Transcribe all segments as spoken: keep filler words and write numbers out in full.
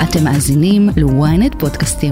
אתם מאזינים ל-ynet פודקאסטים.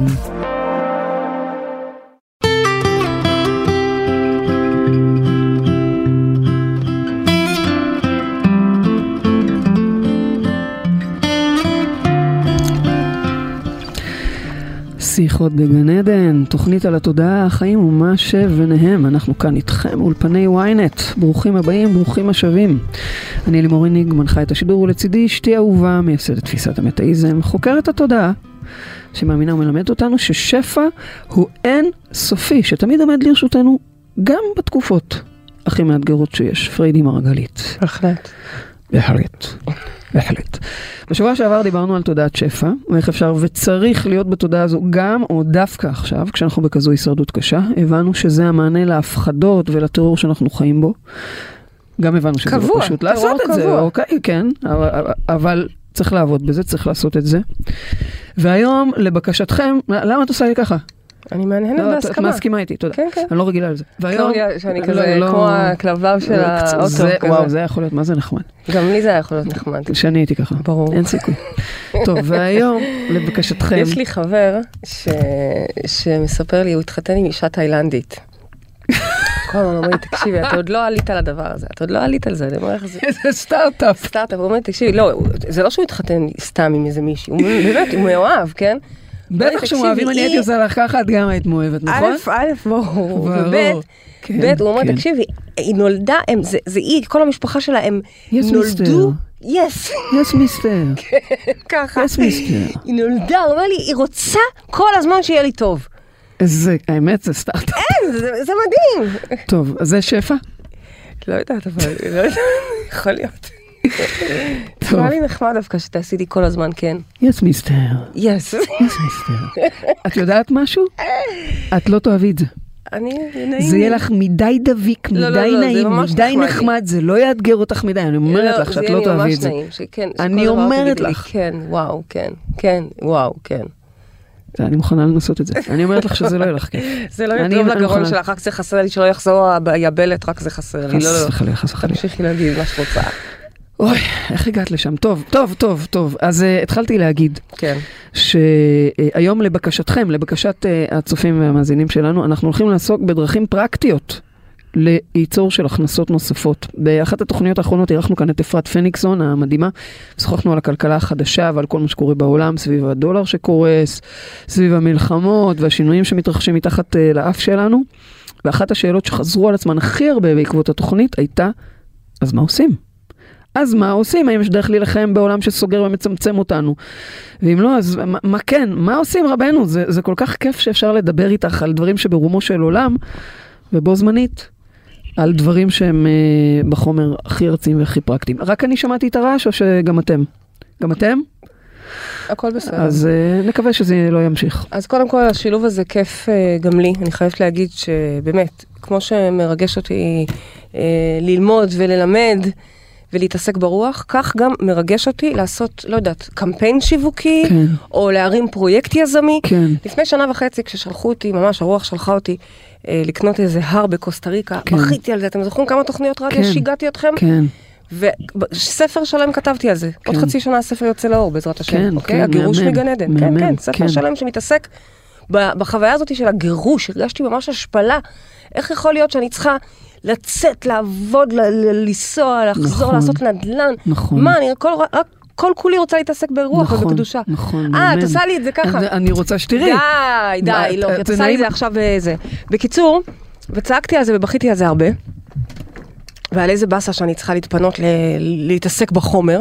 שיחות בגן עדן, תוכנית על התודעה, החיים ומה שביניהם. אנחנו כאן איתכם, אולפני ynet. ברוכים הבאים, ברוכים השבים. אני לימור הניג, מנחה את השידור, ולצידי אשתי אהובה, מייסדת תפיסת המטאיזם, חוקרת התודעה, שמאמינה ומלמדת אותנו ששפע הוא אין סופי, שתמיד עומד לרשותנו גם בתקופות הכי מאתגרות שיש. פריידי מרגלית. בהחלט. בהחלט. בהחלט. בשבוע שעבר דיברנו על תודעת שפע, ואיך אפשר וצריך להיות בתודעה הזו גם או דווקא עכשיו, כשאנחנו בכזו הישרדות קשה. הבנו שזה המענה להפחדות ולטרור שאנחנו חיים בו. גם הבנו שזה קבוע, לא פשוט לעשות את זה, אוקיי, כן, אבל, אבל צריך לעבוד בזה, צריך לעשות את זה. והיום, לבקשתכם, למה את עושה לי ככה? אני מעניינת בהסכמה. את מסכימה איתי, תודה. כן, כן. אני לא רגילה על זה. והיום... שאני כזה כמו הכלבלב של האוטו. וואו, זה יכול להיות, מה זה נחמד? גם לי זה יכול להיות נחמד. שאני הייתי ככה. ברור. אין סיכוי. טוב, והיום, לבקשתכם... יש לי חבר שמספר לי, הוא התחתן עם אישה תאילנדית. כל הזמן אומר לי, תקשיבי, אתה עוד לא עלית על הדבר הזה, אתה עוד לא עלית על זה, אני אומר לך, זה... זה סטארט-אפ. סטארט-אפ, הוא אומר, תקשיבי, לא, זה לא שהוא התחתן סתם עם איזה מישהי, הוא באמת, הוא מאוהב, כן? בטח שמואבים, אני הייתי עושה לך ככה, את גם היית מאוהבת, נכון? א', א', ברור, וב', ב', הוא אומר, תקשיבי, היא נולדה, זה היא, כל המשפחה שלה, הם נולדו, יס, יס מיסטר, ככה, יס מיסטר, היא נולדה, הוא אומר לי, היא רוצה כל הזמן שיהיה לי טוב. זה, האמת, זה סטארט-אפ. אין, זה מדהים. טוב, אז זה שפע? לא יודעת, אבל, לא יודעת, יכול להיות. נראה לי נחמד דווקא שתעשי לי כל הזמן, כן. יס מיסטר. יס. יס מיסטר. את יודעת משהו? את לא תאהבי את זה. אני, נעים. זה יהיה לך מדי דביק, מדי נעים, מדי נחמד, זה לא יאתגר אותך מדי. אני אומרת לך שאת לא תאהבי את זה. אני אומרת לך. כן, וואו, כן, כן, וואו, כן. אני מוכנה לנסות את זה. אני אומרת לך שזה לא יהיה לך כיף. זה לא יהיה טוב לגרון שלך, רק זה חסר לי, שלא יחזור היבלת, רק זה חסר לי. חס וחלילה, חס וחלילה. תמשיכי להגיד מה שרוצה. אוי, איך הגעת לשם? טוב, טוב, טוב, טוב. אז uh, התחלתי להגיד, כן. שהיום לבקשתכם, לבקשת uh, הצופים והמאזינים שלנו, אנחנו הולכים לעסוק בדרכים פרקטיות לייצור של הכנסות נוספות. באחת התוכניות האחרונות ערכנו כאן את אפרת פניקסון המדהימה, שוחחנו על הכלכלה החדשה ועל כל מה שקורה בעולם, סביב הדולר שקורס, סביב המלחמות והשינויים שמתרחשים מתחת uh, לאף שלנו. ואחת השאלות שחזרו על עצמן הכי הרבה בעקבות התוכנית הייתה, אז מה עושים? אז מה עושים? האם יש דרך להילחם בעולם שסוגר ומצמצם אותנו? ואם לא, אז מה, מה כן? מה עושים רבנו? זה, זה כל כך כיף שאפשר לדבר איתך על דברים שברומו של עולם, ובו זמנית, על דברים שהם אה, בחומר הכי ארציים והכי פרקטיים. רק אני שמעתי את הרעש, או שגם אתם? גם אתם? הכל בסדר. אז אה, נקווה שזה לא ימשיך. אז קודם כל, השילוב הזה כיף אה, גם לי. אני חייבת להגיד שבאמת, כמו שמרגש אותי אה, ללמוד וללמד, ולהתעסק ברוח, כך גם מרגש אותי לעשות, לא יודעת, קמפיין שיווקי, כן. או להרים פרויקט יזמי. כן. לפני שנה וחצי, כששלחו אותי, ממש הרוח שלחה אותי, אה, לקנות איזה הר בקוסטה ריקה, כן. בכיתי על זה, אתם זוכרים כמה תוכניות רדיו, כן. שיגעתי אתכם? כן. וספר שלם כתבתי על זה. כן. עוד חצי שנה הספר יוצא לאור, בעזרת השם. כן, אוקיי? כן, הגירוש מאמן. מגן עדן. מאמן. כן, כן, ספר כן. שלם שמתעסק בחוויה הזאת של הגירוש. הרגשתי ממש השפלה. איך יכול להיות שאני צריכה לצאת, לעבוד, לנסוע, לחזור, לעשות נדל"ן. נכון. מה, אני רק כל כולי רוצה להתעסק ברוח ובקדושה. נכון. אה, את עושה לי את זה ככה. אני רוצה שתראי. די, די, לא, את עושה לי את זה עכשיו באיזה. בקיצור, וצעקתי על זה ובכיתי על זה הרבה, ועל איזה בסה שאני צריכה להתפנות להתעסק בחומר,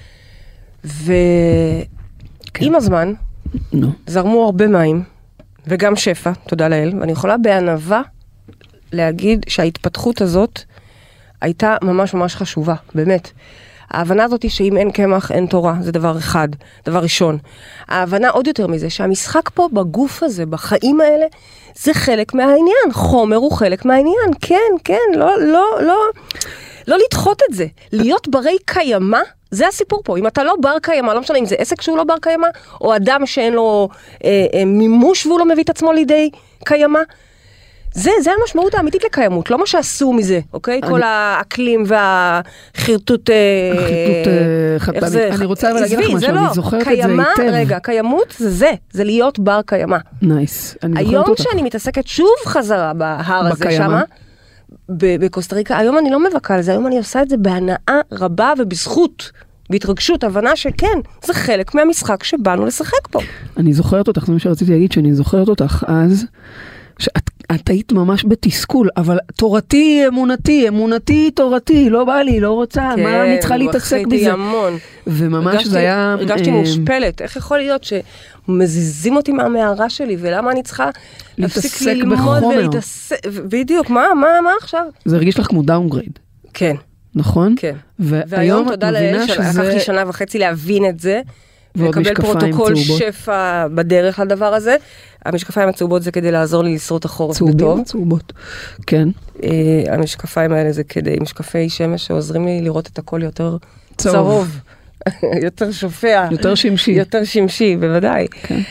ועם הזמן, זרמו הרבה מים, וגם שפע, תודה לאל, ואני יכולה בענווה, להגיד שההתפתחות הזאת הייתה ממש ממש חשובה, באמת. ההבנה הזאת היא שאם אין קמח, אין תורה, זה דבר אחד, דבר ראשון. ההבנה עוד יותר מזה, שהמשחק פה בגוף הזה, בחיים האלה, זה חלק מהעניין. חומר הוא חלק מהעניין, כן, כן, לא, לא, לא, לא לדחות את זה. להיות ברי קיימה, זה הסיפור פה. אם אתה לא בר קיימה, לא משנה אם זה עסק שהוא לא בר קיימה, או אדם שאין לו אה, אה, מימוש והוא לא מביא את עצמו לידי קיימה, זה, זה המשמעות האמיתית לקיימות, לא מה שעשו מזה, אוקיי? כל האקלים והחרטוט... החרטוט חד-פעמית. אני רוצה להגיד לך משהו, אני זוכרת את זה היטב. רגע, קיימות זה זה, זה להיות בר קיימה. נייס, אני זוכרת היום אותך. שאני מתעסקת שוב חזרה בהר הזה שמה, בקוסטה ריקה, היום אני לא מבקה על זה, היום אני עושה את זה בהנאה רבה ובזכות, בהתרגשות, הבנה שכן, זה חלק מהמשחק שבאנו לשחק פה. אני זוכרת אותך, זה מה שרציתי להגיד, שאני זוכרת אותך אז, שאת את היית ממש בתסכול, אבל תורתי, אמונתי, אמונתי, תורתי, לא בא לי, לא רוצה, כן, מה אני צריכה להתעסק בזה? כן, המון. וממש הרגשתי, זה היה... הרגשתי מושפלת, איך יכול להיות שמזיזים אותי מהמערה שלי, ולמה אני צריכה להפסיק ללמוד ולהתעסק, בדיוק, מה, מה, מה עכשיו? זה הרגיש לך כמו דאונגרייד. כן. נכון? כן. והיום תודה לאל, שלקח לי שנה וחצי להבין את זה, לקבל פרוטוקול שפע בדרך לדבר הזה. המשקפיים הצהובות זה כדי לעזור לי לשרוד החורף בטוב. צהובים צהובות, כן. המשקפיים האלה זה כדי, משקפי שמש שעוזרים לי לראות את הכל יותר צהוב. יותר שופע. יותר שמשי. יותר שמשי, בוודאי.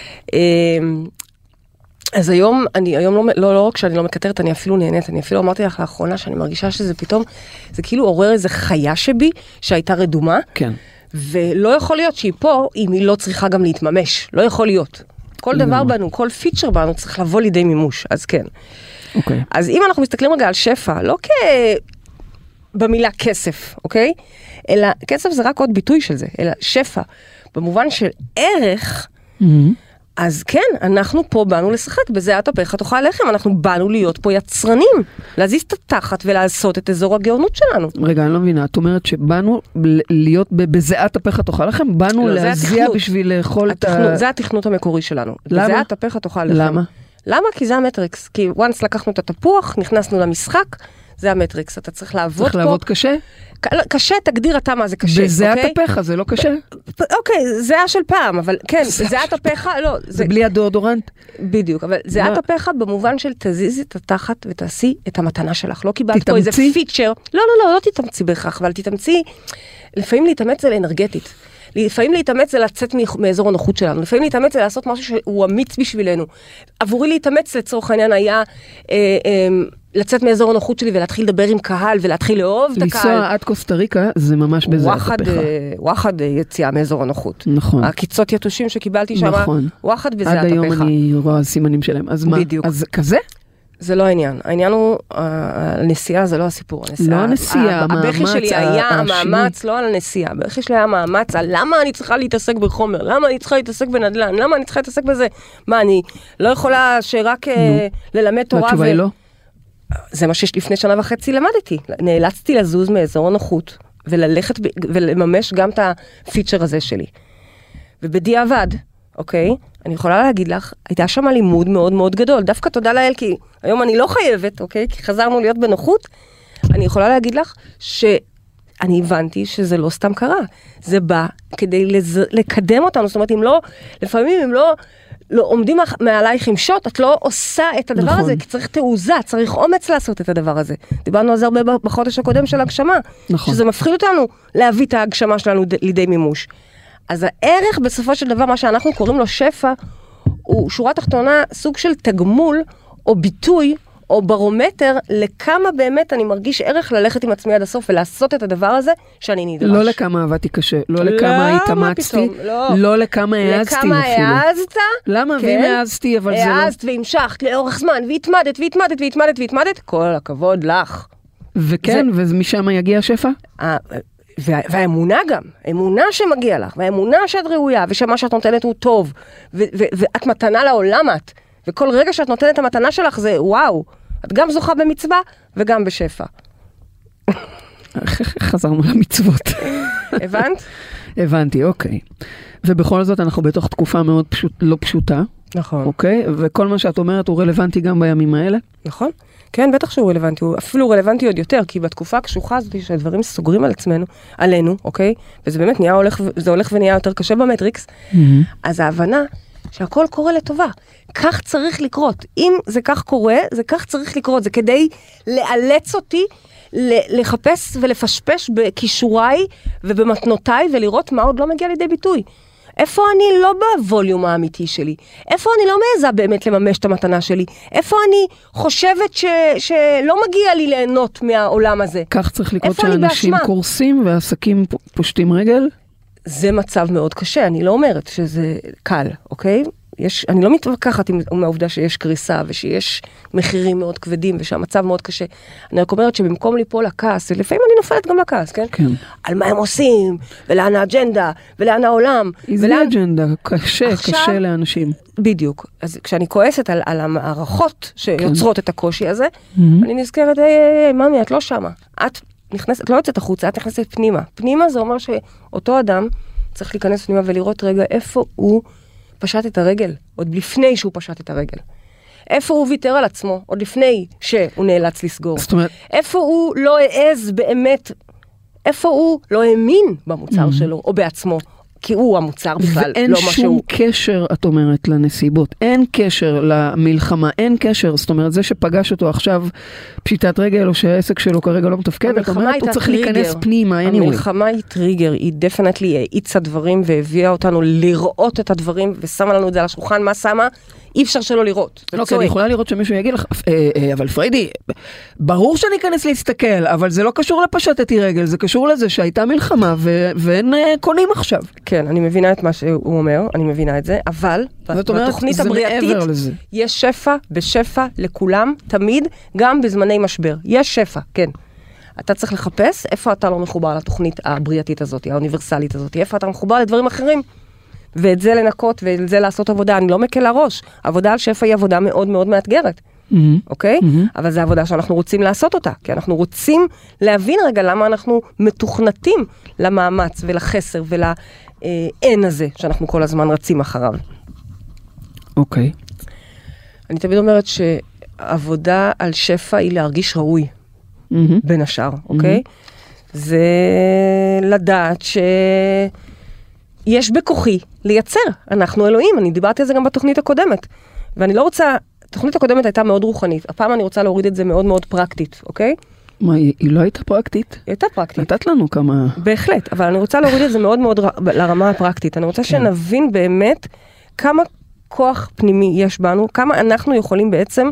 אז היום, אני היום לא, לא, לא רק שאני לא מקטרת, אני אפילו נהנית, אני אפילו אמרתי לך לאחרונה שאני מרגישה שזה פתאום, זה כאילו עורר איזה חיה שבי, שהייתה רדומה. כן. ולא יכול להיות שהיא פה, אם היא לא צריכה גם להתממש. לא יכול להיות. כל דבר בנו, כל פיצ'ר בנו צריך לבוא לידי מימוש, אז כן. אוקיי. אז אם אנחנו מסתכלים רגע על שפע, לא כ... במילה כסף, אוקיי? אלא כסף זה רק עוד ביטוי של זה, אלא שפע. במובן של ערך, אז כן, אנחנו פה באנו לשחק, בזה התהפך תאכל לחם, אנחנו באנו להיות פה יצרנים, להזיז את התחת ולעשות את אזור הגאונות שלנו. רגע, אני לא מבינה, את אומרת שבאנו להיות בזה התהפך תאכל לחם, באנו להזיע בשביל לאכול את ה... זה התכנות המקורי שלנו. למה? בזה התהפך תאכל לחם. למה? למה? כי זה המטריקס, כי once לקחנו את התפוח, נכנסנו למשחק, זה המטריקס, אתה צריך לעבוד פה. צריך לעבוד קשה? קשה, תגדיר אתה מה זה קשה, בזה התהפך, זה לא קשה? אוקיי, זה היה של פעם, אבל כן, זה התהפך, לא. זה בלי הדאודורנט? בדיוק, אבל זה התהפך במובן של תזיזי את התחת ותעשי את המתנה שלך. לא קיבלת פה איזה פיצ'ר. לא, לא, לא, לא תתאמצי בהכרח, אבל תתאמצי, לפעמים להתאמץ זה לאנרגטית. לפעמים להתאמץ זה לצאת מאזור הנוחות שלנו, לפעמים להתאמץ זה לעשות משהו שהוא אמיץ בשבילנו. עבורי להתאמץ לצורך העניין היה אה, אה, לצאת מאזור הנוחות שלי ולהתחיל לדבר עם קהל ולהתחיל לאהוב את הקהל. לנסוע עד קוסטה ריקה זה ממש בזה התהפך. וואחד יציאה מאזור הנוחות. נכון. הקיצות יתושים שקיבלתי שם, נכון. וואחד בזה התהפך. עד היום אני רואה סימנים שלהם. אז מה? בדיוק. אז כזה? זה לא העניין. העניין הוא, הנסיעה זה לא הסיפור. לא הנסיעה, המאמץ, הבכי שלי היה המאמץ, לא על הנסיעה. הבכי שלי היה המאמץ על למה אני צריכה להתעסק בחומר, למה אני צריכה להתעסק בנדל"ן, למה אני צריכה להתעסק בזה. מה, אני לא יכולה שרק ללמד תורה ו... התשובה היא לא? זה מה שלפני שנה וחצי למדתי. נאלצתי לזוז מאזור הנוחות, וללכת ולממש גם את הפיצ'ר הזה שלי. ובדיעבד, אוקיי? אני יכולה להגיד לך, הייתה שם לימוד מאוד מאוד גדול. דווקא תודה לאל, כי היום אני לא חייבת, אוקיי? כי חזרנו להיות בנוחות. אני יכולה להגיד לך שאני הבנתי שזה לא סתם קרה. זה בא כדי לז... לקדם אותנו. זאת אומרת, אם לא, לפעמים אם לא, לא עומדים מעלייך עם שוט, את לא עושה את הדבר נכון. הזה, כי צריך תעוזה, צריך אומץ לעשות את הדבר הזה. דיברנו על זה הרבה בחודש הקודם של הגשמה. נכון. שזה מפחיד אותנו להביא את ההגשמה שלנו לידי מימוש. אז הערך בסופו של דבר, מה שאנחנו קוראים לו שפע, הוא שורה תחתונה סוג של תגמול או ביטוי או ברומטר לכמה באמת אני מרגיש ערך ללכת עם עצמי עד הסוף ולעשות את הדבר הזה שאני נדרש. לא לכמה עבדתי קשה, לא לכמה התאמצתי, לא לכמה העזתי אפילו. לכמה העזת? למה? ואם העזתי, אבל זה לא... העזת והמשכת לאורך זמן, והתמדת, והתמדת, והתמדת, והתמדת, כל הכבוד לך. וכן, ומשם יגיע השפע? והאמונה גם, אמונה שמגיע לך, והאמונה שאת ראויה, ושמה שאת נותנת הוא טוב, ואת מתנה לעולם את, וכל רגע שאת נותנת את המתנה שלך זה וואו, את גם זוכה במצווה וגם בשפע. חזרנו למצוות. הבנת? הבנתי, אוקיי. ובכל זאת אנחנו בתוך תקופה מאוד פשוט, לא פשוטה. נכון. אוקיי? וכל מה שאת אומרת הוא רלוונטי גם בימים האלה? נכון. כן, בטח שהוא רלוונטי, הוא אפילו רלוונטי עוד יותר, כי בתקופה הקשוחה הזאת שהדברים סוגרים על עצמנו, עלינו, אוקיי? וזה באמת נהיה הולך, זה הולך ונהיה יותר קשה במטריקס, mm-hmm. אז ההבנה שהכל קורה לטובה. כך צריך לקרות. אם זה כך קורה, זה כך צריך לקרות. זה כדי לאלץ אותי לחפש ולפשפש בכישוריי ובמתנותיי, ולראות מה עוד לא מגיע לידי ביטוי. איפה אני לא בווליום האמיתי שלי? איפה אני לא מעזה באמת לממש את המתנה שלי? איפה אני חושבת ש, שלא מגיע לי ליהנות מהעולם הזה? כך צריך לקרות שאנשים קורסים ועסקים פושטים רגל? זה מצב מאוד קשה, אני לא אומרת שזה קל, אוקיי? יש, אני לא מתווכחת עם, עם העובדה שיש קריסה ושיש מחירים מאוד כבדים ושהמצב מאוד קשה. אני רק אומרת שבמקום ליפול לכעס, ולפעמים אני נופלת גם לכעס, כן? כן. על מה הם עושים, ולאן האג'נדה, ולאן העולם. איזה ולאן... אג'נדה, קשה, עכשיו, קשה לאנשים. בדיוק. אז כשאני כועסת על, על המערכות שיוצרות כן. את הקושי הזה, mm-hmm. אני נזכרת, היי, היי, היי, ממי, את לא שמה. את נכנסת, לא יוצאת החוצה, את נכנסת פנימה. פנימה זה אומר שאותו אדם צריך להיכנס פנימה ולראות רגע איפה הוא פשט את הרגל, עוד לפני שהוא פשט את הרגל. איפה הוא ויתר על עצמו, עוד לפני שהוא נאלץ לסגור. זאת אומרת... איפה הוא לא העז באמת, איפה הוא לא האמין במוצר mm-hmm. שלו, או בעצמו, כי הוא המוצר בכלל, לא משהו. ואין שום קשר, את אומרת, לנסיבות. אין קשר למלחמה, אין קשר. זאת אומרת, זה שפגש אותו עכשיו פשיטת רגל, או שהעסק שלו כרגע לא מתפקד, את אומרת, הוא צריך להיכנס פנימה. המלחמה היא טריגר, היא דפנטלי האיצה דברים, והביאה אותנו לראות את הדברים, ושמה לנו את זה על השולחן, מה שמה? אי אפשר שלא לראות. לא, כי אני יכולה לראות שמישהו יגיד לך, אבל פריידי, ברור שאני אכנס להסתכל, אבל זה לא קשור לפשטתי רגל, זה קשור לזה שהייתה מלחמה, ואין קונים עכשיו. כן, אני מבינה את מה שהוא אומר, אני מבינה את זה, אבל בתוכנית הבריאתית יש שפע בשפע לכולם, תמיד, גם בזמני משבר. יש שפע, כן. אתה צריך לחפש איפה אתה לא מחובר לתוכנית הבריאתית הזאת, האוניברסלית הזאת, איפה אתה מחובר לדברים אחרים. ואת זה לנקות, ואת זה לעשות עבודה, אני לא מקל הראש. עבודה על שפע היא עבודה מאוד מאוד מאתגרת. Mm-hmm. אוקיי? Mm-hmm. אבל זו עבודה שאנחנו רוצים לעשות אותה, כי אנחנו רוצים להבין רגע למה אנחנו מתוכנתים למאמץ ולחסר ולאין הזה שאנחנו כל הזמן רצים אחריו. אוקיי. אני תמיד אומרת שעבודה על שפע היא להרגיש ראוי, mm-hmm. בין השאר, אוקיי? Mm-hmm. זה לדעת ש... יש בכוחי לייצר, אנחנו אלוהים, אני דיברתי על זה גם בתוכנית הקודמת, ואני לא רוצה, התוכנית הקודמת הייתה מאוד רוחנית, הפעם אני רוצה להוריד את זה מאוד מאוד פרקטית, אוקיי? מה, היא לא הייתה פרקטית? היא הייתה פרקטית. נתת לנו כמה... בהחלט, אבל אני רוצה להוריד את זה מאוד מאוד לרמה הפרקטית, אני רוצה כן. שנבין באמת כמה כוח פנימי יש בנו, כמה אנחנו יכולים בעצם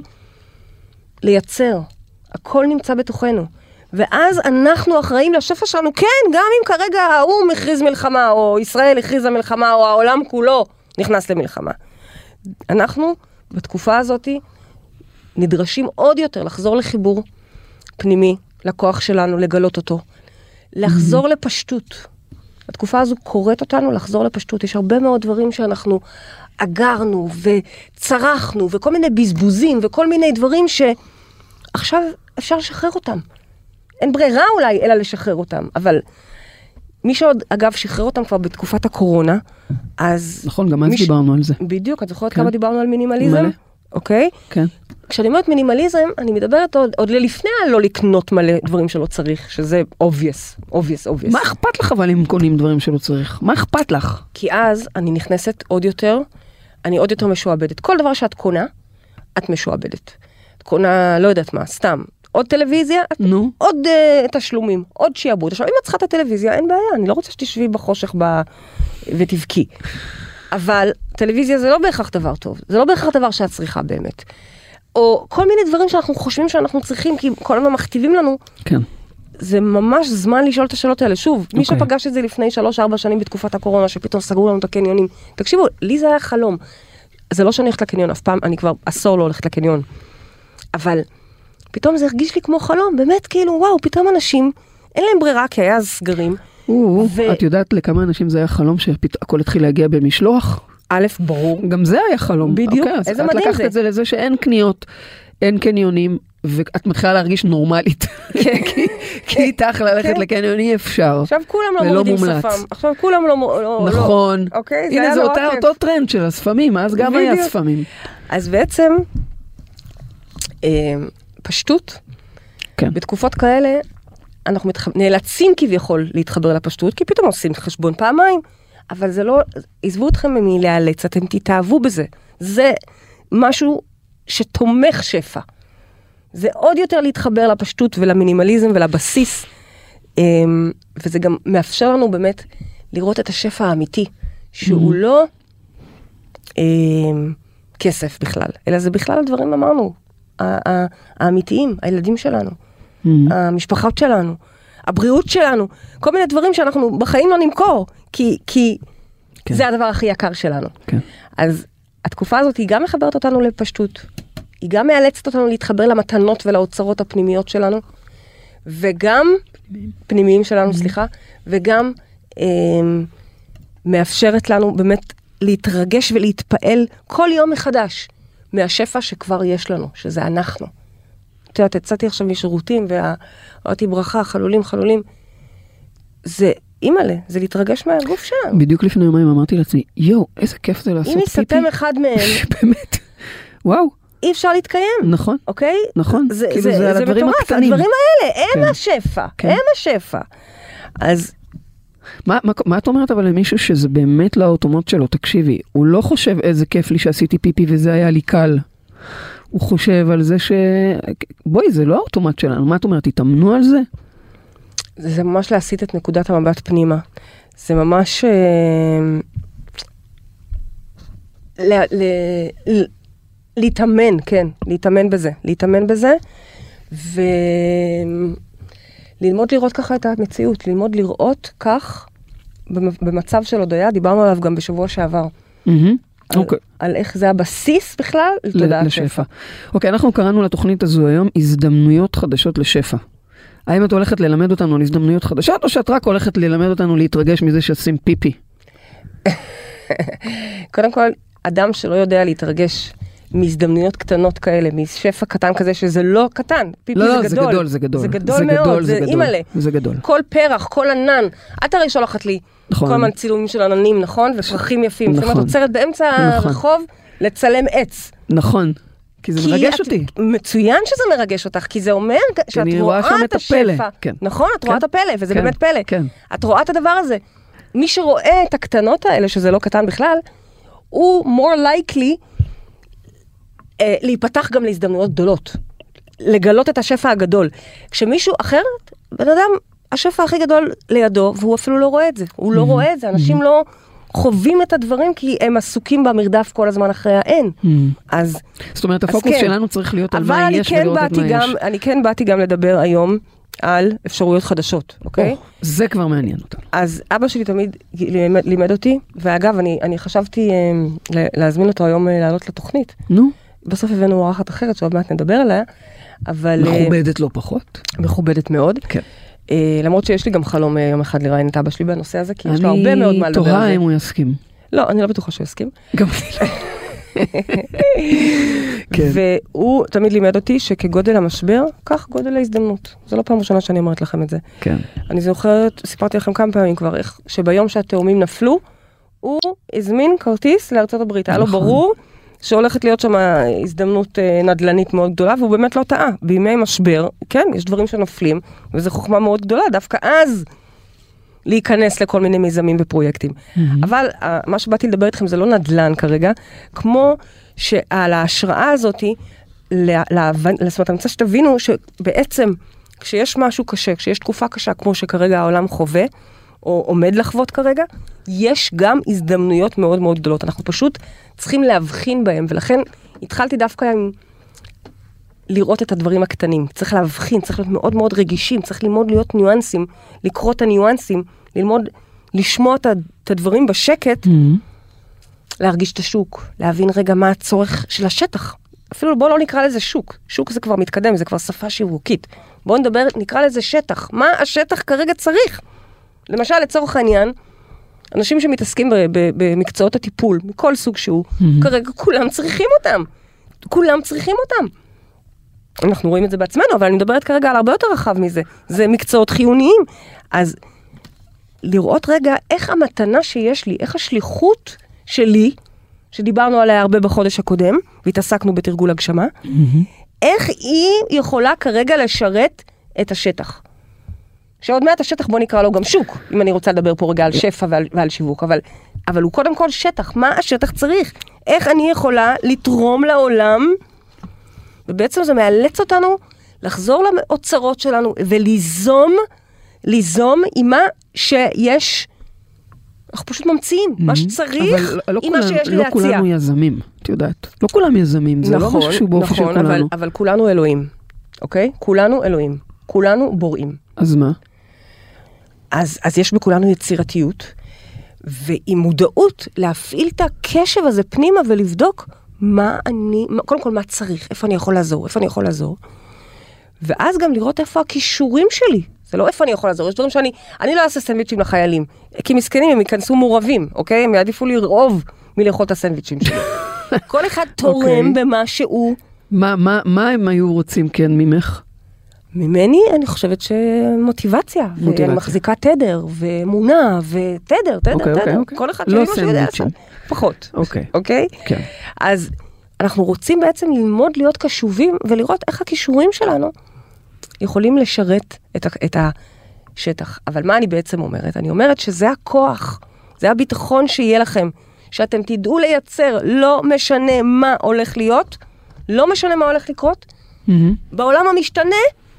לייצר, הכל נמצא בתוכנו. ואז אנחנו אחראים לשפע שלנו, כן, גם אם כרגע האום הכריז מלחמה, או ישראל הכריזה מלחמה, או העולם כולו נכנס למלחמה. אנחנו בתקופה הזאת נדרשים עוד יותר לחזור לחיבור פנימי, לכוח שלנו, לגלות אותו, לחזור לפשטות. התקופה הזו קוראת אותנו לחזור לפשטות. יש הרבה מאוד דברים שאנחנו אגרנו וצרחנו, וכל מיני בזבוזים, וכל מיני דברים שעכשיו אפשר לשחרר אותם. אין ברירה אולי, אלא לשחרר אותם, אבל מי שעוד, אגב, שחרר אותם כבר בתקופת הקורונה, אז... נכון, גם אז דיברנו על זה. בדיוק, את זוכרת כמה דיברנו על מינימליזם? אוקיי? כן. כשאני אומרת מינימליזם, אני מדברת עוד ללפני לא לקנות מלא דברים שלא צריך, שזה obvious, obvious, obvious. מה אכפת לך אבל אם קונים דברים שלא צריך? מה אכפת לך? כי אז אני נכנסת עוד יותר, אני עוד יותר משועבדת. כל דבר שאת קונה, את משועבדת. את קונה, לא יודעת מה, סתם. עוד טלוויזיה, נו. עוד uh, תשלומים, עוד שיעבוד. עכשיו, אם את צריכה את הטלוויזיה, אין בעיה, אני לא רוצה שתשבי בחושך ב... ותבכי. אבל טלוויזיה זה לא בהכרח דבר טוב, זה לא בהכרח דבר שאת צריכה באמת. או כל מיני דברים שאנחנו חושבים שאנחנו צריכים, כי כל הזמן מכתיבים לנו. כן. זה ממש זמן לשאול את השאלות האלה. שוב, okay. מי שפגש את זה לפני שלוש, ארבע שנים בתקופת הקורונה, שפתאום סגרו לנו את הקניונים. תקשיבו, לי זה היה חלום. זה לא שאני הולכת לקניון, אף פעם, אני כבר עשור לא הולכת לקניון. אבל פתאום זה הרגיש לי כמו חלום, באמת כאילו, וואו, פתאום אנשים, אין להם ברירה, כי היה סגרים. את יודעת לכמה אנשים זה היה חלום שהכל התחיל להגיע במשלוח? א', ברור. גם זה היה חלום. בדיוק, איזה מדהים זה. את לקחת את זה לזה שאין קניות, אין קניונים, ואת מתחילה להרגיש נורמלית. כי איתך ללכת לקניוני אפשר. עכשיו כולם לא מורידים שפם. עכשיו כולם לא... נכון. הנה זה אותו טרנד של הספמים, אז גם היה ספמים. אז בעצם, פשטות, בתקופות כאלה, אנחנו נאלצים כביכול להתחבר לפשטות, כי פתאום עושים חשבון פעמיים, אבל זה לא, עזבו אתכם מלהיאלץ, אתם תתאהבו בזה. זה משהו שתומך שפע. זה עוד יותר להתחבר לפשטות ולמינימליזם ולבסיס, וזה גם מאפשר לנו באמת לראות את השפע האמיתי, שהוא לא אה, כסף בכלל, אלא זה בכלל הדברים אמרנו, האמיתיים, הילדים שלנו, המשפחות שלנו, הבריאות שלנו, כל מיני דברים שאנחנו בחיים לא נמכור, כי, כי כן. זה הדבר הכי יקר שלנו. כן. אז התקופה הזאת היא גם מחברת אותנו לפשטות, היא גם מאלצת אותנו להתחבר למתנות ולאוצרות הפנימיות שלנו, וגם, פנימיים, פנימיים שלנו, mm-hmm. סליחה, וגם אה, מאפשרת לנו באמת להתרגש ולהתפעל כל יום מחדש, מהשפע שכבר יש לנו, שזה אנחנו. אתה יודעת, יצאתי עכשיו משירותים, ואמרתי ברכה, חלולים, חלולים. זה, אימאלה, זה להתרגש מהגוף שלנו. בדיוק לפני יומיים אמרתי לעצמי, יו, איזה כיף זה לעשות פיפי. אם יסתם אחד מהם. באמת, וואו. אי אפשר להתקיים. נכון. אוקיי? נכון. זה, כאילו זה, זה על זה הדברים מטורף, הקטנים. הדברים האלה, הם כן. השפע. כן. הם השפע. אז... מה, מה, מה את אומרת אבל למישהו שזה באמת לא האוטומט שלו? תקשיבי, הוא לא חושב איזה כיף לי שעשיתי פיפי וזה היה לי קל. הוא חושב על זה ש... בואי, זה לא האוטומט שלנו. מה את אומרת? תתאמנו על זה? זה ממש להסיט את נקודת המבט פנימה. זה ממש... ל... ל... ל... להתאמן, כן. להתאמן בזה. להתאמן בזה. ו... ללמוד לראות ככה את המציאות. ללמוד לראות כך במצב של הודיה. דיברנו עליו גם בשבוע שעבר. על, okay. על איך זה הבסיס בכלל לתודעת שפע. אוקיי, okay, אנחנו קראנו לתוכנית הזו היום הזדמנויות חדשות לשפע. האם את הולכת ללמד אותנו על הזדמנויות חדשות, או שאת רק הולכת ללמד אותנו להתרגש מזה שעושים פיפי? קודם כל, אדם שלא יודע להתרגש מהזדמנויות קטנות כאלה, משפע קטן כזה שזה לא קטן. פיפי לא, זה, זה גדול. גדול, זה גדול. זה גדול זה מאוד, גדול, זה גדול, אימאלה. זה גדול. כל פרח, כל ענן. את הרי שולחת לי נכון. כל מיני צילומים של עננים, נכון? ופרחים יפים. נכון. לפעמים את עוצרת באמצע נכון. הרחוב לצלם עץ. נכון. כי זה מרגש אותי. מצוין שזה מרגש אותך, כי זה אומר שאת רואה את השפע. נכון, את רואה את הפלא, וזה באמת פלא. את רואה את הדבר הזה. מי שרואה את הקטנות האלה, שזה לא קטן בכלל, הוא more likely להיפתח גם להזדמנויות גדולות. לגלות את השפע הגדול. כשמישהו אחר, בן אדם, השפע הכי גדול לידו, והוא אפילו לא רואה את זה. הוא לא רואה את זה. אנשים לא חווים את הדברים, כי הם עסוקים במרדף כל הזמן אחרי האין. אז... זאת אומרת, הפוקוס שלנו צריך להיות על מה יש ולראות את מה יש. אני כן באתי גם לדבר היום על אפשרויות חדשות, אוקיי? זה כבר מעניין אותנו. אז אבא שלי תמיד לימד אותי, ואגב, אני חשבתי להזמין אותו היום לעלות לתוכנית. נו. בסוף הבאנו אורחת אחרת, שעוד מעט נדבר עליה, אבל... מכובדת לא פחות. מכובדת מאוד. כן. למרות שיש לי גם חלום יום אחד לראיין את אבא שלי בנושא הזה, כי יש לו הרבה מאוד מה לדבר על זה. אני תוהה אם הוא יסכים. לא, אני לא בטוחה שהוא יסכים. גם אני לא. והוא תמיד לימד אותי שכגודל המשבר, כך גודל ההזדמנות. זו לא פעם ראשונה שאני אומרת לכם את זה. כן. אני זוכרת, סיפרתי לכם כמה פעמים כבר, שביום שהתאומים נפלו, הוא הזמין כרטיס לארצות הברית. היה לו ברור שהולכת להיות שם הזדמנות נדלנית מאוד גדולה, והוא באמת לא טעה. בימי משבר, כן, יש דברים שנופלים, וזו חוכמה מאוד גדולה, דווקא אז להיכנס לכל מיני מיזמים ופרויקטים. Mm-hmm. אבל מה שבאתי לדבר איתכם זה לא נדלן כרגע, כמו שעל ההשראה הזאת, להבנ... זאת אומרת, אני רוצה שתבינו שבעצם כשיש משהו קשה, כשיש תקופה קשה, כמו שכרגע העולם חווה, או עומד לחוות כרגע, יש גם הזדמנויות מאוד מאוד גדולות. אנחנו פשוט צריכים להבחין בהם, ולכן התחלתי דווקא עם לראות את הדברים הקטנים. צריך להבחין, צריך להיות מאוד מאוד רגישים, צריך ללמוד להיות ניואנסים, לקרוא את הניואנסים, ללמוד, לשמוע את הדברים בשקט, mm-hmm. להרגיש את השוק, להבין רגע מה הצורך של השטח. אפילו בואו לא נקרא לזה שוק. שוק זה כבר מתקדם, זה כבר שפה שיווקית. בואו נדבר, נקרא לזה שטח. מה השטח כרגע צריך? למשל, לצורך העניין, אנשים שמתעסקים במקצועות הטיפול, מכל סוג שהוא, mm-hmm. כרגע כולם צריכים אותם. כולם צריכים אותם. אנחנו רואים את זה בעצמנו, אבל אני מדברת כרגע על הרבה יותר רחב מזה. זה מקצועות חיוניים. אז לראות רגע איך המתנה שיש לי, איך השליחות שלי, שדיברנו עליה הרבה בחודש הקודם, והתעסקנו בתרגול הגשמה, mm-hmm. איך היא יכולה כרגע לשרת את השטח. שעוד מעט השטח, בוא נקרא לו גם שוק, אם אני רוצה לדבר פה רגע על שפע ועל, ועל שיווק, אבל, אבל הוא קודם כל שטח. מה השטח צריך? איך אני יכולה לתרום לעולם, ובעצם זה מאלץ אותנו לחזור לאוצרות שלנו, וליזום, ליזום עם מה שיש אנחנו פשוט ממציאים מה שצריך עם מה שיש לי לא להציע. כולנו יזמים, את יודעת. לא כולם יזמים, זה לא משהו שהוא באופי של כולנו. נכון, אבל כולנו אלוהים, אוקיי? כולנו אלוהים. כולנו בוראים. אז מה? אז, אז יש בכולנו יצירתיות, ועם מודעות להפעיל את הקשב הזה פנימה ולבדוק מה אני, קודם כל מה צריך, איפה אני יכול לעזור, איפה אני יכול לעזור. ואז גם לראות איפה הכישורים שלי. זה לא איפה אני יכול לעזור, יש דברים שאני, אני לא אעשה סנדוויצ'ים לחיילים, כי מסכנים הם ייכנסו מעורבים, אוקיי? הם יעדיפו לרעוב מלאכול את הסנדוויצ'ים שלי. כל אחד תורם במה שהוא. מה, מה, מה הם היו רוצים כן ממך? ממני אני חושבת שמוטיבציה, ואני מחזיקה תדר, ומונה, ותדר, תדר, תדר. כל אחד שלי משהו יודע לעשות. פחות. אוקיי? כן. אז אנחנו רוצים בעצם ללמוד להיות קשובים, ולראות איך הכישורים שלנו יכולים לשרת את השטח. אבל מה אני בעצם אומרת? אני אומרת שזה הכוח, זה הביטחון שיהיה לכם, שאתם תדעו לייצר, לא משנה מה הולך להיות, לא משנה מה הולך לקרות, בעולם המשתנה,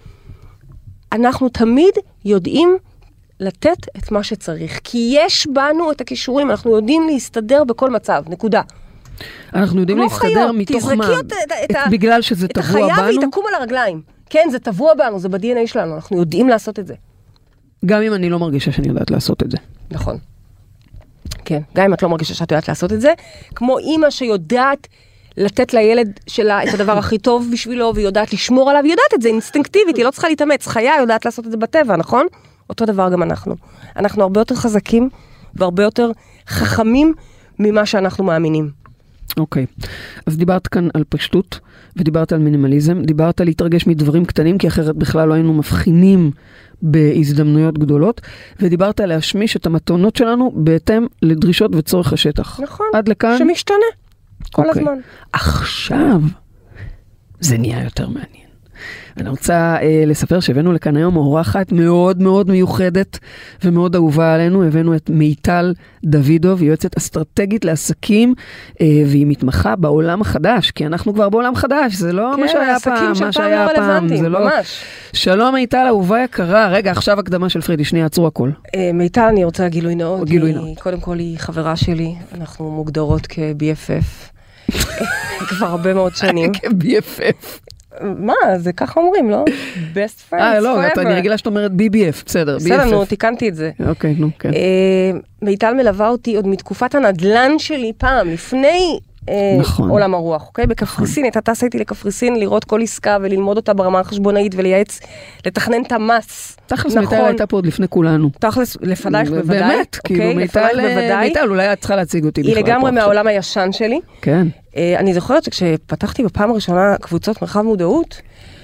אנחנו תמיד יודעים לתת את מה שצריך, כי יש בנו את הכישורים, אנחנו יודעים להסתדר בכל מצב, נקודה. אנחנו יודעים להסתדר מתוך מה? בגלל שזה טבוע בנו? את החיה והיא תקום על הרגליים. כן, זה טבוע בנו, זה ב-די אן איי שלנו, אנחנו יודעים לעשות את זה. גם אם אני לא מרגישה שאני יודעת לעשות את זה. נכון. כן, גם אם את לא מרגישה שאת יודעת לעשות את זה, כמו אימא שיודעת לתת לילד שלה את הדבר הכי טוב בשבילו, והיא יודעת לשמור עליו, היא יודעת את זה אינסטינקטיבית, היא לא צריכה להתאמץ, חיה יודעת לעשות את זה בטבע, נכון? אותו דבר גם אנחנו. אנחנו הרבה יותר חזקים, והרבה יותר חכמים ממה שאנחנו מאמינים. אוקיי, אז דיברת כאן על פשטות, ודיברת על מינימליזם, דיברת על להתרגש מדברים קטנים, כי אחרת בכלל לא היינו מבחינים בהזדמנויות גדולות, ודיברת על להשמיש את המתונות שלנו בהתאם לדרישות וצורך השטח. נכון, עד לכאן? שמשתנה. כל הזמן. עכשיו, זה נהיה יותר מעניין. אני רוצה אה, לספר שהבאנו לכאן היום אורחת מאוד מאוד מיוחדת ומאוד אהובה עלינו. הבאנו את מיטל דוידוב, יועצת אסטרטגית לעסקים, אה, והיא מתמחה בעולם החדש, כי אנחנו כבר בעולם חדש, זה לא כן, מה שהיה פעם, מה שהיה פעם, זה לא... ממש. שלום מיטל, אהובה יקרה. רגע, עכשיו הקדמה של פרידי, שנייה, עצרו הכל. אה, מיטל, אני רוצה גילוי נאות. גילוי היא, נאות. קודם כל היא חברה שלי, אנחנו מוגדרות כ-בי אף אף. כבר הרבה מאוד שנים. כ-בי אף אף. מה, זה ככה אומרים, לא? best friends אה, לא, forever. אני רגילה שאת אומרת בי בי אף, בסדר, בי אף אף. בסדר, נו, תיקנתי את זה. אוקיי, נו, כן. מיטל מלווה אותי עוד מתקופת הנדלן שלי פעם, לפני עולם הרוח, אוקיי? בקפריסין, הייתה טסה איתי לקפריסין, לראות כל עסקה וללמוד אותה ברמה החשבונאית ולייעץ, לתכנן את המס. תכלס, מיטל הייתה פה עוד לפני כולנו. תכלס, לפנייך בוודאי. באמת, כאילו, מיטל, אולי את צריכה להציג אותי בכלל. היא לגמרי מהעולם הישן שלי. כן. אני זוכרת שכשפתחתי בפעם הראשונה קבוצות מרחב מודעות,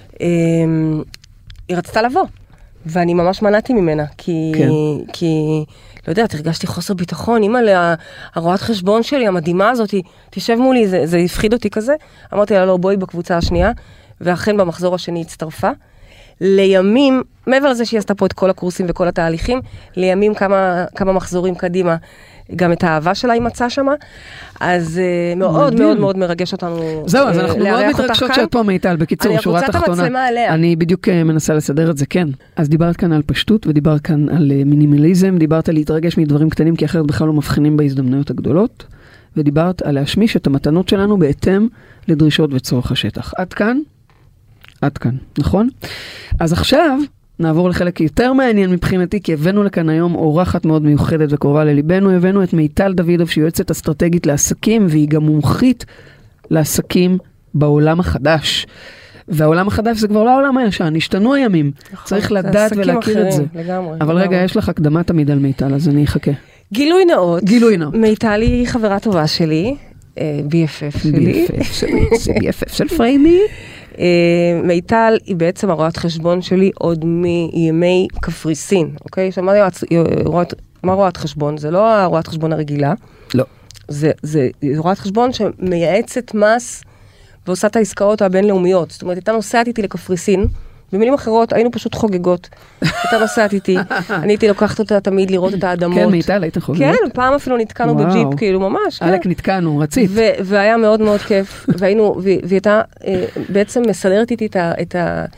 היא רצתה לבוא, ואני ממש מנעתי ממנה, כי, כי, לא יודעת, הרגשתי חוסר ביטחון, אמא לה, הרואת חשבון שלי, המדהימה הזאת, תשב מולי, זה, זה הפחיד אותי כזה, אמרתי לה, לא, בואי בקבוצה השנייה, ואכן במחזור השני הצטרפה, לימים, מעבר לזה שהיא עשתה פה את כל הקורסים וכל התהליכים, לימים כמה, כמה מחזורים קדימה, גם את האהבה שלה היא מצאה שמה, אז uh, מאוד מאוד מאוד מרגש אותנו. זהו, אז אנחנו מאוד מתרגשות שאת פה מיטל, בקיצור, שורה תחתונה. אני רוצה את המצלמה עליה. אני בדיוק מנסה לסדר את זה, כן. אז דיברת כאן על פשטות, ודיברת כאן על מינימליזם, דיברת על להתרגש מדברים קטנים, כי אחרת בכלל לא מבחינים בהזדמנויות הגדולות, ודיברת על להשמיש את המתנות שלנו בהתאם לדרישות וצורך השטח. עד כאן? עד כאן, נכון? אז עכשיו נעבור לחלק יותר מעניין מבחינתי, כי הבאנו לכאן היום אורחת מאוד מיוחדת וקרובה לליבנו. הבאנו את מיטל דוידוב, שהיא יועצת אסטרטגית לעסקים, והיא גם מומחית לעסקים בעולם החדש. והעולם החדש זה כבר לא העולם הישן, השתנו הימים. צריך לדעת ולהכיר את זה. אבל רגע, יש לך הקדמה תמיד על מיטל, אז אני אחכה. גילוי נאות. גילוי נאות. מיטל היא חברה טובה שלי, בי אף אף שלי. בי אף אף שלי, זה בי אף אף של פריידי. מיטל היא בעצם הרואת חשבון שלי עוד מימי קפריסין, אוקיי? מה רואת חשבון? זה לא הרואת חשבון הרגילה. לא. זה רואת חשבון שמייעצת מס ועושה את העסקאות הבינלאומיות. זאת אומרת, הייתה נוסעת איתי לקפריסין, במילים אחרות, היינו פשוט חוגגות. הייתה נוסעת איתי, אני הייתי לוקחת אותה תמיד לראות את האדמות. כן, מיטל, הייתה חוגגות. כן, פעם אפילו נתקענו בג'יפ, כאילו ממש. אלק נתקענו, רצית. והיה מאוד מאוד כיף. והיינו, והיא הייתה בעצם מסדרת איתי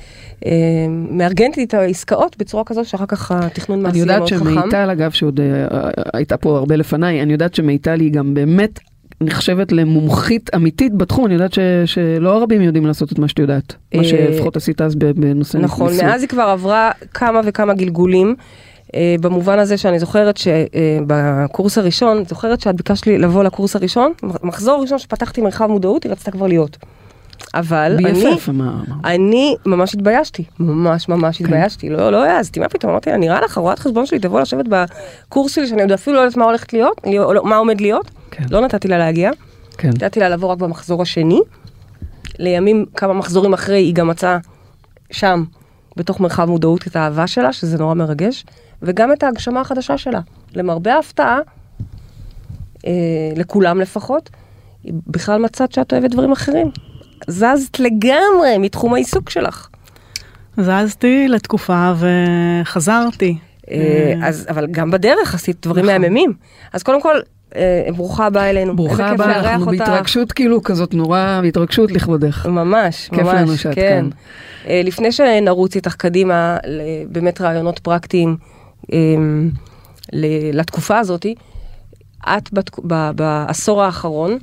מארגנת לי את העסקאות בצורה כזו שאחר כך התכנון מעשי מאוד חכם. אני יודעת שמיטל, אגב, שעוד הייתה פה הרבה לפניי, אני יודעת שמיטל היא גם באמת נחשבת למומחית אמיתית בתחום, אני יודעת ש, שלא הרבים יודעים לעשות את מה שאת יודעת, מה שלפחות עשית אז בנושא ניסוי. נכון, מאז היא כבר עברה כמה וכמה גלגולים, במובן הזה שאני זוכרת שבקורס הראשון, זוכרת שאת ביקשת לי לבוא לקורס הראשון, מחזור ראשון שפתחתי מרחב מודעות, היא רצתה כבר להיות. אבל אני, אני ממש התביישתי, ממש ממש התביישתי, לא, לא העזתי, מה פתאום, אמרתי לה, נראה לך, רואת חשבון שלי, תבוא לשבת בקורס שלי, שאני עוד אפילו לא יודעת מה הולכת להיות, מה עומד להיות, לא נתתי לה להגיע, נתתי לה לבוא רק במחזור השני, לימים כמה מחזורים אחרי, היא גם מצאה שם, בתוך מרחב מודעות, את האהבה שלה, שזה נורא מרגש, וגם את ההגשמה החדשה שלה, למרבה ההפתעה, לכולם לפחות, היא בכלל מצאת שאת אוהבת דברים אחרים. זזת לגמרי מתחום העיסוק שלך. זזתי לתקופה וחזרתי. אז, אבל גם בדרך עשית דברים מהממים. אז קודם כל, ברוכה הבאה אלינו. ברוכה הבאה, אנחנו בהתרגשות כאילו כזאת נורא, בהתרגשות לכבודך. ממש, ממש. כיף לנו שאת כאן. לפני שנרוץ איתך קדימה, באמת רעיונות פרקטיים לתקופה הזאת, את בעשור האחרון,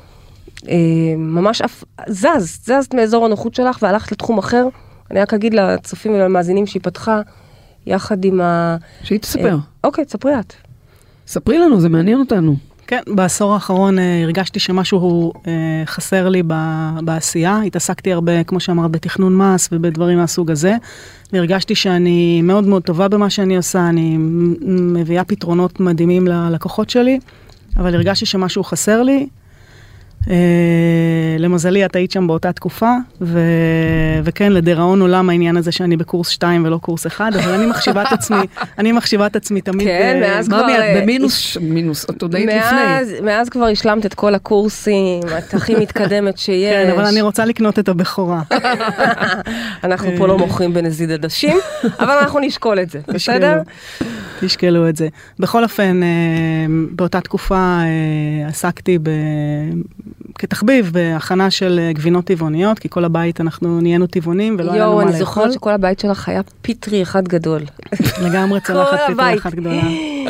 ממש זז, זזת מאזור הנוחות שלך והלכת לתחום אחר. אני רק אגיד לצופים ולמאזינים שהיא פתחה יחד עם ה... שהיא תספר. אוקיי, תספרי את. ספרי לנו, זה מעניין אותנו. כן, בעשור האחרון הרגשתי שמשהו חסר לי בעשייה. התעסקתי הרבה, כמו שאמרת, בתכנון מס ובדברים מהסוג הזה. והרגשתי שאני מאוד מאוד טובה במה שאני עושה. אני מביאה פתרונות מדהימים ללקוחות שלי, אבל הרגשתי שמשהו חסר לי. Uh, למזלי, את היית שם באותה תקופה, ו... וכן, לדיראון עולם העניין הזה שאני בקורס שתיים ולא קורס אחד, אבל אני מחשיבה את עצמי, אני מחשיבה את עצמי תמיד. כן, מאז כבר... במינוס, מינוס, את עוד היית לפני. מאז כבר השלמת את כל הקורסים, את הכי מתקדמת שיש. כן, אבל אני רוצה לקנות את הבכורה. אנחנו פה לא מוכרים בנזיד עדשים, אבל אנחנו נשקול את זה, בסדר? תשקלו את זה. בכל אופן, באותה תקופה עסקתי ב... כתחביב בהכנה של גבינות טבעוניות, כי כל הבית אנחנו נהיינו טבעונים ולא היה לנו מה לאכול. יואו, אני זוכרת שכל הבית שלך היה פיטרי אחד גדול. לגמרי צלחת פיטרי אחד גדולה.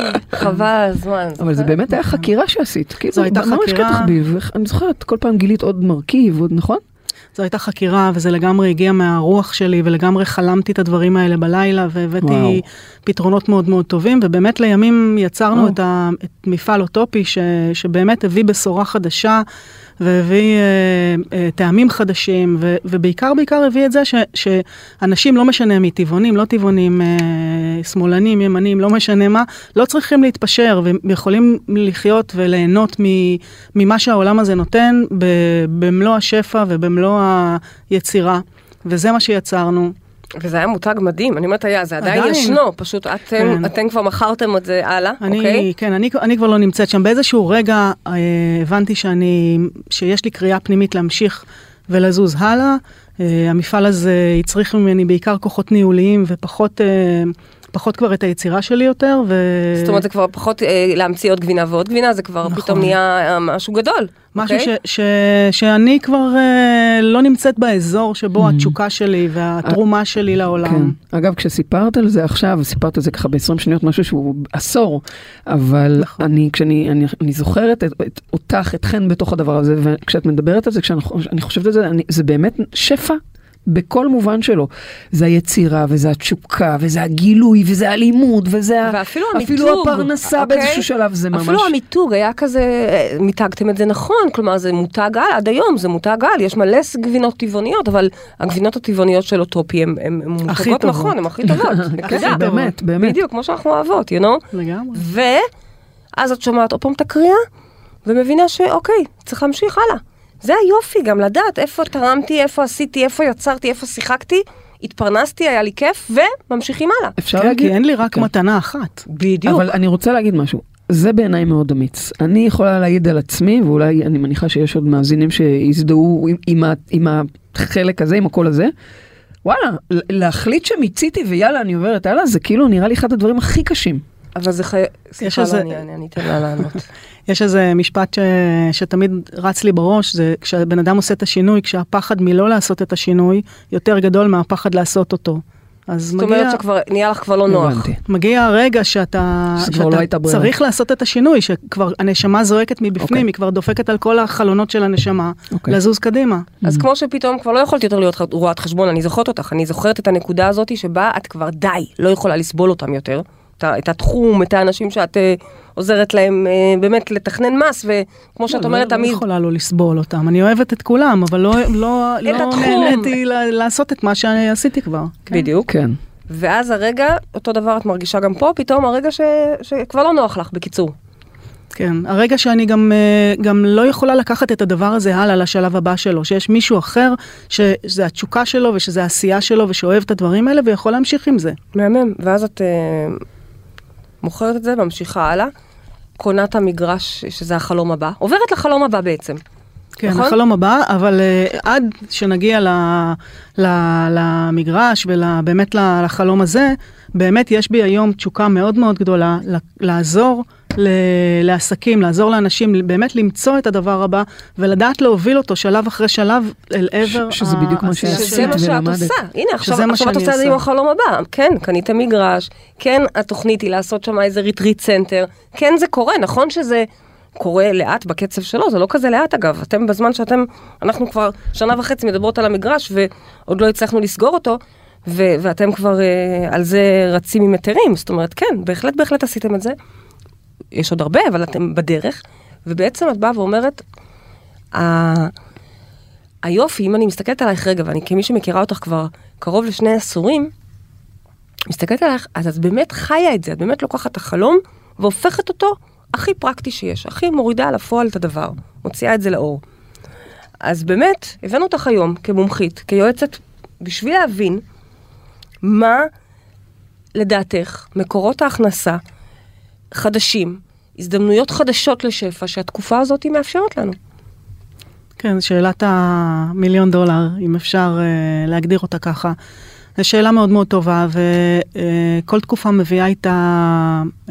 חבל הזמן. אבל זה באמת היה חקירה שעשית. זו הייתה חקירה. ממש כתחביב. אני זוכרת, כל פעם גילית עוד מרכיב, נכון? זו הייתה חקירה, וזה לגמרי הגיע מהרוח שלי, ולגמרי חלמתי את הדברים האלה בלילה, והבאתי פתרונות מאוד מאוד טובים, ובאמת לימים יצרנו את, ה, את מפעל אוטופי, ש, שבאמת הביא בשורה חדשה, והביא אה, אה, טעמים חדשים, ו, ובעיקר בעיקר הביא את זה, ש, שאנשים לא משנה מי, טבעונים, לא טבעונים, אה, שמאלנים, ימנים, לא משנה מה, לא צריכים להתפשר, ויכולים לחיות וליהנות ממה שהעולם הזה נותן, במלוא השפע ובמלוא היצירה, וזה מה שיצרנו. וזה היה מותג מדהים, אני אומרת היה, זה עדיין, עדיין. ישנו, פשוט אתם, כן. אתם כבר מכרתם את זה הלאה, אני, אוקיי? כן, אני, אני כבר לא נמצאת שם. באיזשהו רגע אה, הבנתי שאני, שיש לי קריאה פנימית להמשיך ולזוז הלאה. אה, המפעל הזה יצריך ממני בעיקר כוחות ניהוליים ופחות... אה, פחות כבר את היצירה שלי יותר, ו... זאת אומרת, זה כבר פחות אה, להמציא עוד גבינה ועוד גבינה, זה כבר נכון. פתאום נהיה אה, משהו גדול. משהו okay? ש, ש, שאני כבר אה, לא נמצאת באזור שבו mm-hmm. התשוקה שלי והתרומה שלי לעולם. כן. אגב, כשסיפרת על זה עכשיו, סיפרת על זה ככה ב-עשרים שניות, משהו שהוא עשור, אבל נכון. אני, כשאני אני, אני זוכרת את, את, אותך, אתכן בתוך הדבר הזה, וכשאת מדברת על זה, כשאני חושבת על זה, אני, זה באמת שפע. בכל מובן שלו. זה היצירה, וזה התשוקה, וזה הגילוי, וזה הלימוד, וזה ואפילו אפילו הפרנסה אוקיי? באיזשהו שלב, זה ממש... אפילו המיתוג היה כזה, מיתגתם את זה נכון, כלומר זה מותג על, עד היום זה מותג על, יש מלא גבינות טבעוניות, אבל הגבינות הטבעוניות של אוטופי הן מותגות נכון, הן הכי טובות. כן, באמת, באמת. בדיוק, כמו שאנחנו אוהבות, you know? לגמרי. ואז את שומעת עוד פעם את הקריאה, ומבינה שאוקיי, צריך להמשיך הלאה. זה היופי, גם לדעת איפה תרמתי, איפה עשיתי, איפה יצרתי, איפה שיחקתי, התפרנסתי, היה לי כיף, וממשיכים הלאה. אפשר כן, להגיד? כי אין לי רק כן. מתנה אחת. בדיוק. אבל אני רוצה להגיד משהו. זה בעיניי מאוד אמיץ. אני יכולה להגיד על עצמי, ואולי אני מניחה שיש עוד מאזינים שיזדהו עם, עם, עם החלק הזה, עם הקול הזה. וואלה, להחליט שמיציתי ויאללה, אני עוברת הלאה, זה כאילו נראה לי אחד הדברים הכי קשים. אבל זה חי... סליחה, לא, אני, אני אתן לה לענות. יש איזה משפט ש... שתמיד רץ לי בראש, זה כשבן אדם עושה את השינוי, כשהפחד מלא לעשות את השינוי, יותר גדול מהפחד לעשות אותו. זאת מגיע... אומרת שכבר נהיה לך כבר לא נוח. מגיע הרגע שאתה, שאתה לא צריך לעשות את השינוי, שכבר הנשמה זועקת מבפנים, okay. היא כבר דופקת על כל החלונות של הנשמה, okay. לזוז קדימה. אז mm-hmm. כמו שפתאום כבר לא יכולתי יותר להיות רואת חשבון, אני זוכרת אותך, אני זוכרת את הנקודה הזאת שבה את כבר די, לא יכולה לסבול אותם יותר, את, את התחום, את האנשים שאת uh, עוזרת להם uh, באמת לתכנן מס, וכמו שאת אומרת תמיד... לא יכולה לא לסבול אותם, אני אוהבת את כולם, אבל לא, לא, לא נהניתי לעשות את מה שעשיתי כבר. בדיוק. כן. ואז הרגע, אותו דבר את מרגישה גם פה, פתאום הרגע ש, שכבר לא נוח לך, בקיצור. כן, הרגע שאני גם, גם לא יכולה לקחת את הדבר הזה הלאה לשלב הבא שלו, שיש מישהו אחר, שזה התשוקה שלו, ושזה העשייה שלו, ושאוהב את הדברים האלה, ויכול להמשיך עם זה. מהמם, ואז את uh, מוכרת את זה, ממשיכה הלאה, קונה את המגרש, שזה החלום הבא, עוברת לחלום הבא בעצם. כן, נכון? החלום הבא, אבל uh, עד שנגיע ל, ל, למגרש ובאמת לחלום הזה, באמת יש בי היום תשוקה מאוד מאוד גדולה לעזור ל, לעסקים, לעזור לאנשים, באמת למצוא את הדבר הבא, ולדעת להוביל אותו שלב אחרי שלב אל עבר. ש, שזה בדיוק מה שעשית ולמדת. שזה מה שאת עושה. הנה, עכשיו, עכשיו את עושה את זה עם החלום הבא. כן, קנית מגרש, כן, התוכנית היא לעשות שם איזה ריטריט סנטר, כן, זה קורה, נכון שזה... קורה לאט בקצב שלו, זה לא כזה לאט אגב, אתם בזמן שאתם, אנחנו כבר שנה וחצי מדברות על המגרש, ועוד לא הצלחנו לסגור אותו, ו- ואתם כבר uh, על זה רצים עם היתרים, זאת אומרת, כן, בהחלט, בהחלט עשיתם את זה, יש עוד הרבה, אבל אתם בדרך, ובעצם את באה ואומרת, ה- היופי, אם אני מסתכלת עלייך רגע, ואני כמי שמכירה אותך כבר קרוב לשני עשורים, מסתכלת עלייך, אז את באמת חיה את זה, את באמת לוקחת את החלום, והופכת אותו, הכי פרקטי שיש, הכי מורידה על הפועל את הדבר, מוציאה את זה לאור. אז באמת, הבאנו אותך היום כמומחית, כיועצת, בשביל להבין מה לדעתך, מקורות ההכנסה חדשים, הזדמנויות חדשות לשפע, שהתקופה הזאת היא מאפשרת לנו. כן, שאלת המיליון דולר, אם אפשר uh, להגדיר אותה ככה. זו שאלה מאוד מאוד טובה, וכל uh, תקופה מביאה איתה... Uh,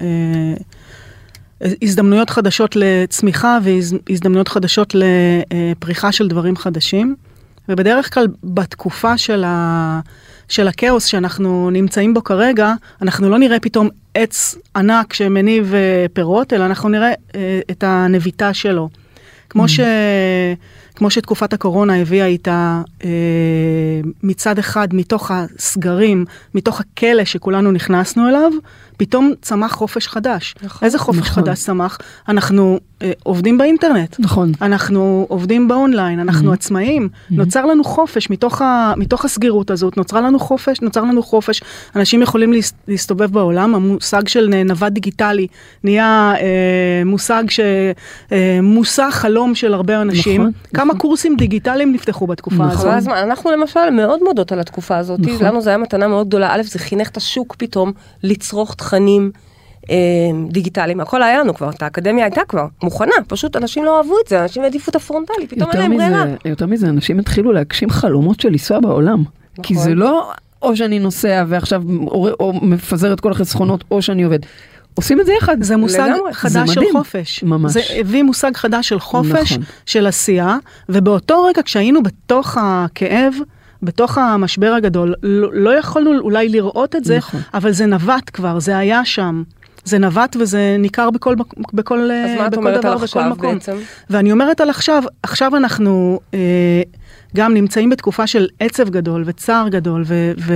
הזדמנויות חדשות לצמיחה והזדמנויות חדשות לפריחה של דברים חדשים. ובדרך כלל בתקופה של, ה... של הכאוס שאנחנו נמצאים בו כרגע, אנחנו לא נראה פתאום עץ ענק שמניב פירות, אלא אנחנו נראה את הנביטה שלו. כמו, ש... כמו שתקופת הקורונה הביאה איתה מצד אחד מתוך הסגרים, מתוך הכלא שכולנו נכנסנו אליו, פתאום צמח חופש חדש. נכון. איזה חופש נכון. חדש צמח? אנחנו אה, עובדים באינטרנט. נכון. אנחנו עובדים באונליין, אנחנו mm-hmm. עצמאים. Mm-hmm. נוצר לנו חופש, מתוך, ה, מתוך הסגירות הזאת, נוצר לנו חופש, נוצר לנו חופש. אנשים יכולים להס, להסתובב בעולם, המושג של נווד דיגיטלי נהיה אה, מושג ש... אה, מושג חלום של הרבה אנשים. נכון. כמה נכון. קורסים דיגיטליים נפתחו בתקופה נכון. הזאת? אז אנחנו למשל מאוד מודות על התקופה הזאת. נכון. לנו זה היה מתנה מאוד גדולה. א', זה חינך את השוק פתאום לצרוך תכנים אה, דיגיטליים. הכל היה לנו כבר, את האקדמיה הייתה כבר מוכנה, פשוט אנשים לא אהבו את זה, אנשים העדיפו את הפרונטלי, פתאום אין להם ברירה. יותר מזה, אנשים התחילו להגשים חלומות של לנסוע בעולם. נכון. כי זה לא או שאני נוסע ועכשיו או, או מפזר את כל החסכונות, או שאני עובד. עושים את זה יחד. זה מושג לגמרי. חדש זה של חופש. ממש. זה הביא מושג חדש של חופש, נכון. של עשייה, ובאותו רגע כשהיינו בתוך הכאב, בתוך המשבר הגדול, לא, לא יכולנו אולי לראות את זה, נכון. אבל זה נבט כבר, זה היה שם. זה נבט וזה ניכר בכל, בכל, בכל דבר, בכל מקום. בעצם? ואני אומרת על עכשיו, עכשיו אנחנו אה, גם נמצאים בתקופה של עצב גדול וצער גדול, ו, ו,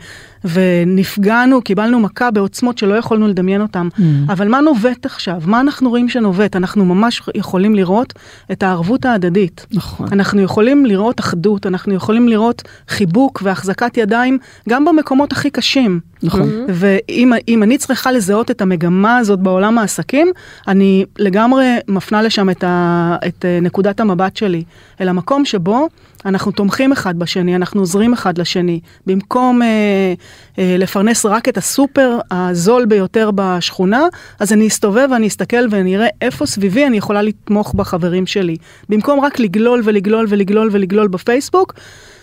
ונפגענו, קיבלנו מכה בעוצמות שלא יכולנו לדמיין אותם. Mm. אבל מה נובט עכשיו? מה אנחנו רואים שנובט? אנחנו ממש יכולים לראות את הערבות ההדדית. נכון. אנחנו יכולים לראות אחדות, אנחנו יכולים לראות חיבוק והחזקת ידיים, גם במקומות הכי קשים. נכון. ואם אם אני צריכה לזהות את המגמה הזאת בעולם העסקים, אני לגמרי מפנה לשם את, ה, את נקודת המבט שלי, אל המקום שבו אנחנו תומכים אחד בשני, אנחנו עוזרים אחד לשני, במקום אה, אה, לפרנס רק את הסופר הזול ביותר בשכונה, אז אני אסתובב ואני אסתכל ואני אראה איפה סביבי אני יכולה לתמוך בחברים שלי. במקום רק לגלול ולגלול ולגלול ולגלול בפייסבוק,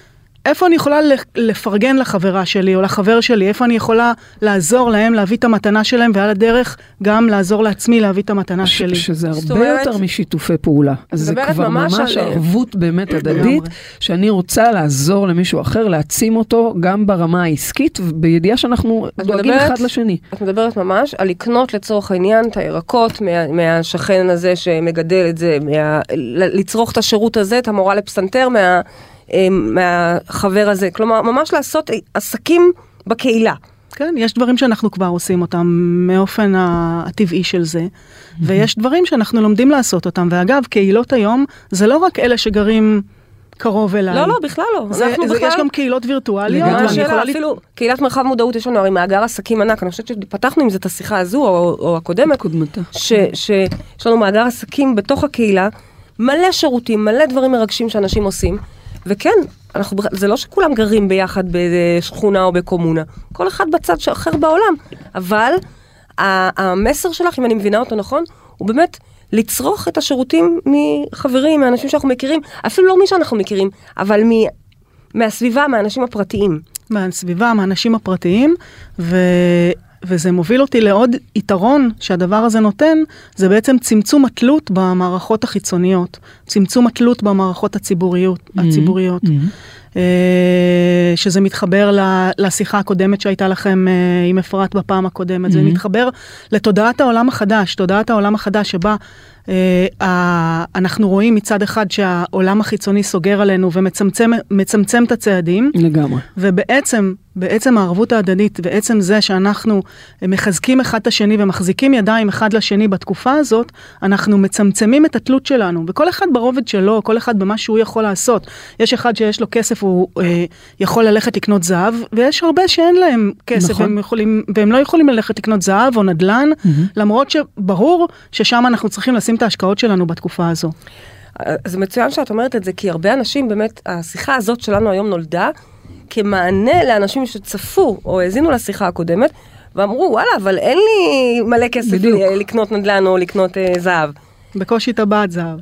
איפה אני יכולה לפרגן לחברה שלי או לחבר שלי, איפה אני יכולה לעזור להם להביא את המתנה שלהם, ועל הדרך גם לעזור לעצמי להביא את המתנה ש- שלי. שזה הרבה יותר משיתופי פעולה. זה כבר ממש ערבות באמת הדדית, שאני רוצה לעזור למישהו אחר, להעצים אותו גם ברמה העסקית, בידיעה שאנחנו דואגים אחד לשני. את מדברת ממש על לקנות לצורך העניין את הירקות מה, מהשכן הזה שמגדל את זה, מה, לצרוך את השירות הזה, את המורה לפסנתר מה... מהחבר הזה, כלומר, ממש לעשות עסקים בקהילה. כן, יש דברים שאנחנו כבר עושים אותם מאופן הטבעי של זה, ויש דברים שאנחנו לומדים לעשות אותם, ואגב, קהילות היום, זה לא רק אלה שגרים קרוב אליי. לא, לא, בכלל לא. זה, זה, בכלל... יש גם קהילות וירטואליות. השאלה, אפילו, קהילת מרחב מודעות, יש לנו הרי מאגר עסקים ענק, אני חושבת שפתחנו עם זה את השיחה הזו, או, או הקודמת, ש, שיש לנו מאגר עסקים בתוך הקהילה, מלא שירותים, מלא דברים מרגשים שאנשים עושים, וכן, אנחנו, זה לא שכולם גרים ביחד בשכונה או בקומונה, כל אחד בצד אחר בעולם, אבל המסר שלך, אם אני מבינה אותו נכון, הוא באמת לצרוך את השירותים מחברים, מאנשים שאנחנו מכירים, אפילו לא מי שאנחנו מכירים, אבל מ, מהסביבה, מהאנשים הפרטיים. מהסביבה, מהאנשים הפרטיים, ו... וזה מוביל אותי לעוד יתרון שהדבר הזה נותן, זה בעצם צמצום התלות במערכות החיצוניות, צמצום התלות במערכות הציבוריות, הציבוריות. שזה מתחבר לשיחה הקודמת שהייתה לכם עם אפרת בפעם הקודמת, זה מתחבר לתודעת העולם החדש, תודעת העולם החדש שבה אנחנו רואים מצד אחד שהעולם החיצוני סוגר עלינו ומצמצם את הצעדים. לגמרי. ובעצם, בעצם הערבות ההדדית, בעצם זה שאנחנו מחזקים אחד את השני ומחזיקים ידיים אחד לשני בתקופה הזאת, אנחנו מצמצמים את התלות שלנו, וכל אחד ברובד שלו, כל אחד במה שהוא יכול לעשות. יש אחד שיש לו כסף, הוא אה, יכול ללכת לקנות זהב, ויש הרבה שאין להם כסף, נכון. והם, יכולים, והם לא יכולים ללכת לקנות זהב או נדלן, mm-hmm. למרות שברור ששם אנחנו צריכים לשים את ההשקעות שלנו בתקופה הזו. זה מצוין שאת אומרת את זה, כי הרבה אנשים, באמת, השיחה הזאת שלנו היום נולדה, כמענה לאנשים שצפו או האזינו לשיחה הקודמת, ואמרו, וואלה, אבל אין לי מלא כסף בדיוק. לקנות נדל"ן או לקנות uh, זהב. בקושי טבעת זהב.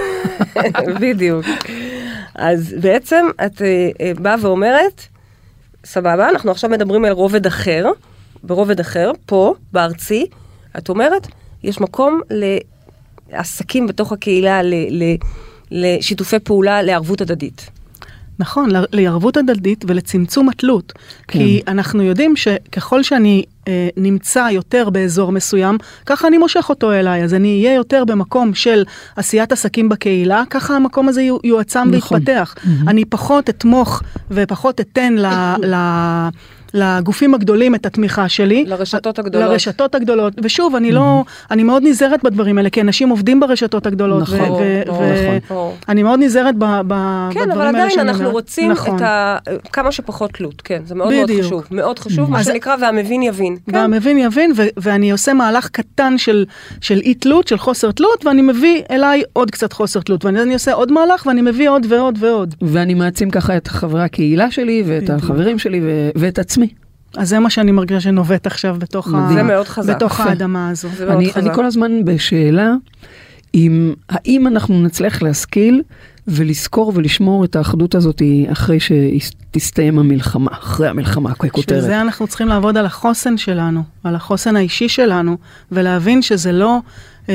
בדיוק. אז בעצם את uh, באה ואומרת, סבבה, אנחנו עכשיו מדברים על רובד אחר, ברובד אחר, פה, בארצי, את אומרת, יש מקום לעסקים בתוך הקהילה, ל, ל, לשיתופי פעולה, לערבות הדדית. נכון, לערבות הדדית ולצמצום התלות. כן. כי אנחנו יודעים שככל שאני אה, נמצא יותר באזור מסוים, ככה אני מושך אותו אליי, אז אני אהיה יותר במקום של עשיית עסקים בקהילה, ככה המקום הזה יועצם נכון. ויתפתח. Mm-hmm. אני פחות אתמוך ופחות אתן ל... ל לגופים הגדולים את התמיכה שלי. לרשתות הגדולות. לרשתות הגדולות. ושוב, אני לא, אני מאוד נזהרת בדברים האלה, כי אנשים עובדים ברשתות הגדולות. נכון, נכון. אני מאוד נזהרת בדברים האלה. כן, אבל עדיין אנחנו רוצים את כמה שפחות תלות. כן, זה מאוד מאוד חשוב. מאוד חשוב, מה שנקרא, והמבין יבין. והמבין יבין, ואני עושה מהלך קטן של אי תלות, של חוסר תלות, ואני מביא אליי עוד קצת חוסר תלות. ואני עושה עוד מהלך, ואני מביא עוד ועוד ועוד. ואני מעצים ככה את חברי הקהילה שלי, ואת החברים שלי, ואת עצמי. אז זה מה שאני מרגישה שנובט עכשיו בתוך, ה... בתוך האדמה הזו. אני, אני כל הזמן בשאלה, אם, האם אנחנו נצליח להשכיל ולזכור ולשמור את האחדות הזאת אחרי שתסתיים המלחמה, אחרי המלחמה הכותרת. שזה אנחנו צריכים לעבוד על החוסן שלנו, על החוסן האישי שלנו, ולהבין שזה לא אה,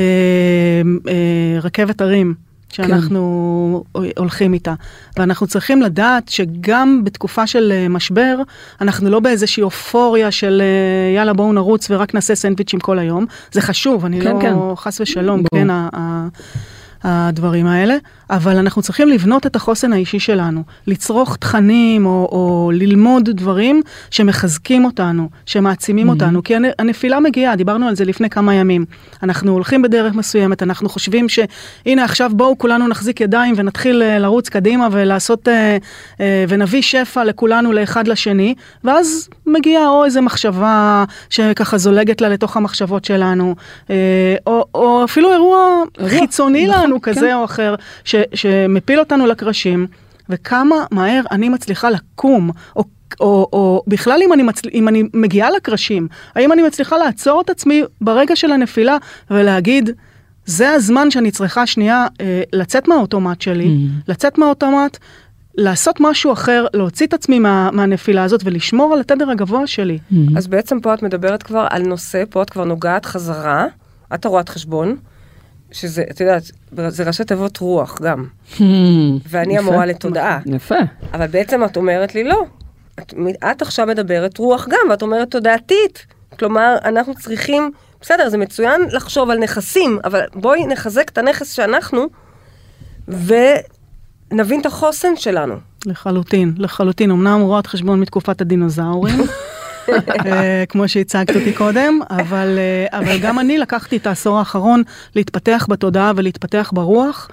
אה, רכבת הרים. שאנחנו כן. הולכים איתה. ואנחנו צריכים לדעת שגם בתקופה של משבר, אנחנו לא באיזושהי אופוריה של יאללה בואו נרוץ ורק נעשה סנדוויצ'ים כל היום. זה חשוב, אני כן, לא כן. חס ושלום, בוא. כן, ה- ה- הדברים האלה, אבל אנחנו צריכים לבנות את החוסן האישי שלנו, לצרוך תכנים או, או ללמוד דברים שמחזקים אותנו, שמעצימים mm-hmm. אותנו, כי הנפילה מגיעה, דיברנו על זה לפני כמה ימים. אנחנו הולכים בדרך מסוימת, אנחנו חושבים שהנה עכשיו בואו כולנו נחזיק ידיים ונתחיל לרוץ קדימה ולעשות, ונביא שפע לכולנו לאחד לשני, ואז מגיעה או איזו מחשבה שככה זולגת לה לתוך המחשבות שלנו, או, או אפילו אירוע חיצוני לנו, כזה או אחר, ש, שמפיל אותנו לקרשים, וכמה מהר אני מצליחה לקום, או, או, או בכלל אם אני, מצל, אם אני מגיעה לקרשים, האם אני מצליחה לעצור את עצמי ברגע של הנפילה, ולהגיד, זה הזמן שאני צריכה שנייה אה, לצאת מהאוטומט שלי, mm-hmm. לצאת מהאוטומט, לעשות משהו אחר, להוציא את עצמי מה, מהנפילה הזאת, ולשמור על התדר הגבוה שלי. אז בעצם פה את מדברת כבר על נושא, פה את כבר נוגעת חזרה, את רואת חשבון, שזה, את יודעת, זה ראשי תיבות רוח גם. ואני המורה לתודעה. יפה. אבל בעצם את אומרת לי, לא. את, את עכשיו מדברת רוח גם, ואת אומרת תודעתית. כלומר, אנחנו צריכים, בסדר, זה מצוין לחשוב על נכסים, אבל בואי נחזק את הנכס שאנחנו, ונבין את החוסן שלנו. לחלוטין, לחלוטין. אמנם רואת חשבון מתקופת הדינוזאורים, כמו שהצגת אותי קודם, אבל, אבל גם אני לקחתי את העשור האחרון להתפתח בתודעה ולהתפתח ברוח.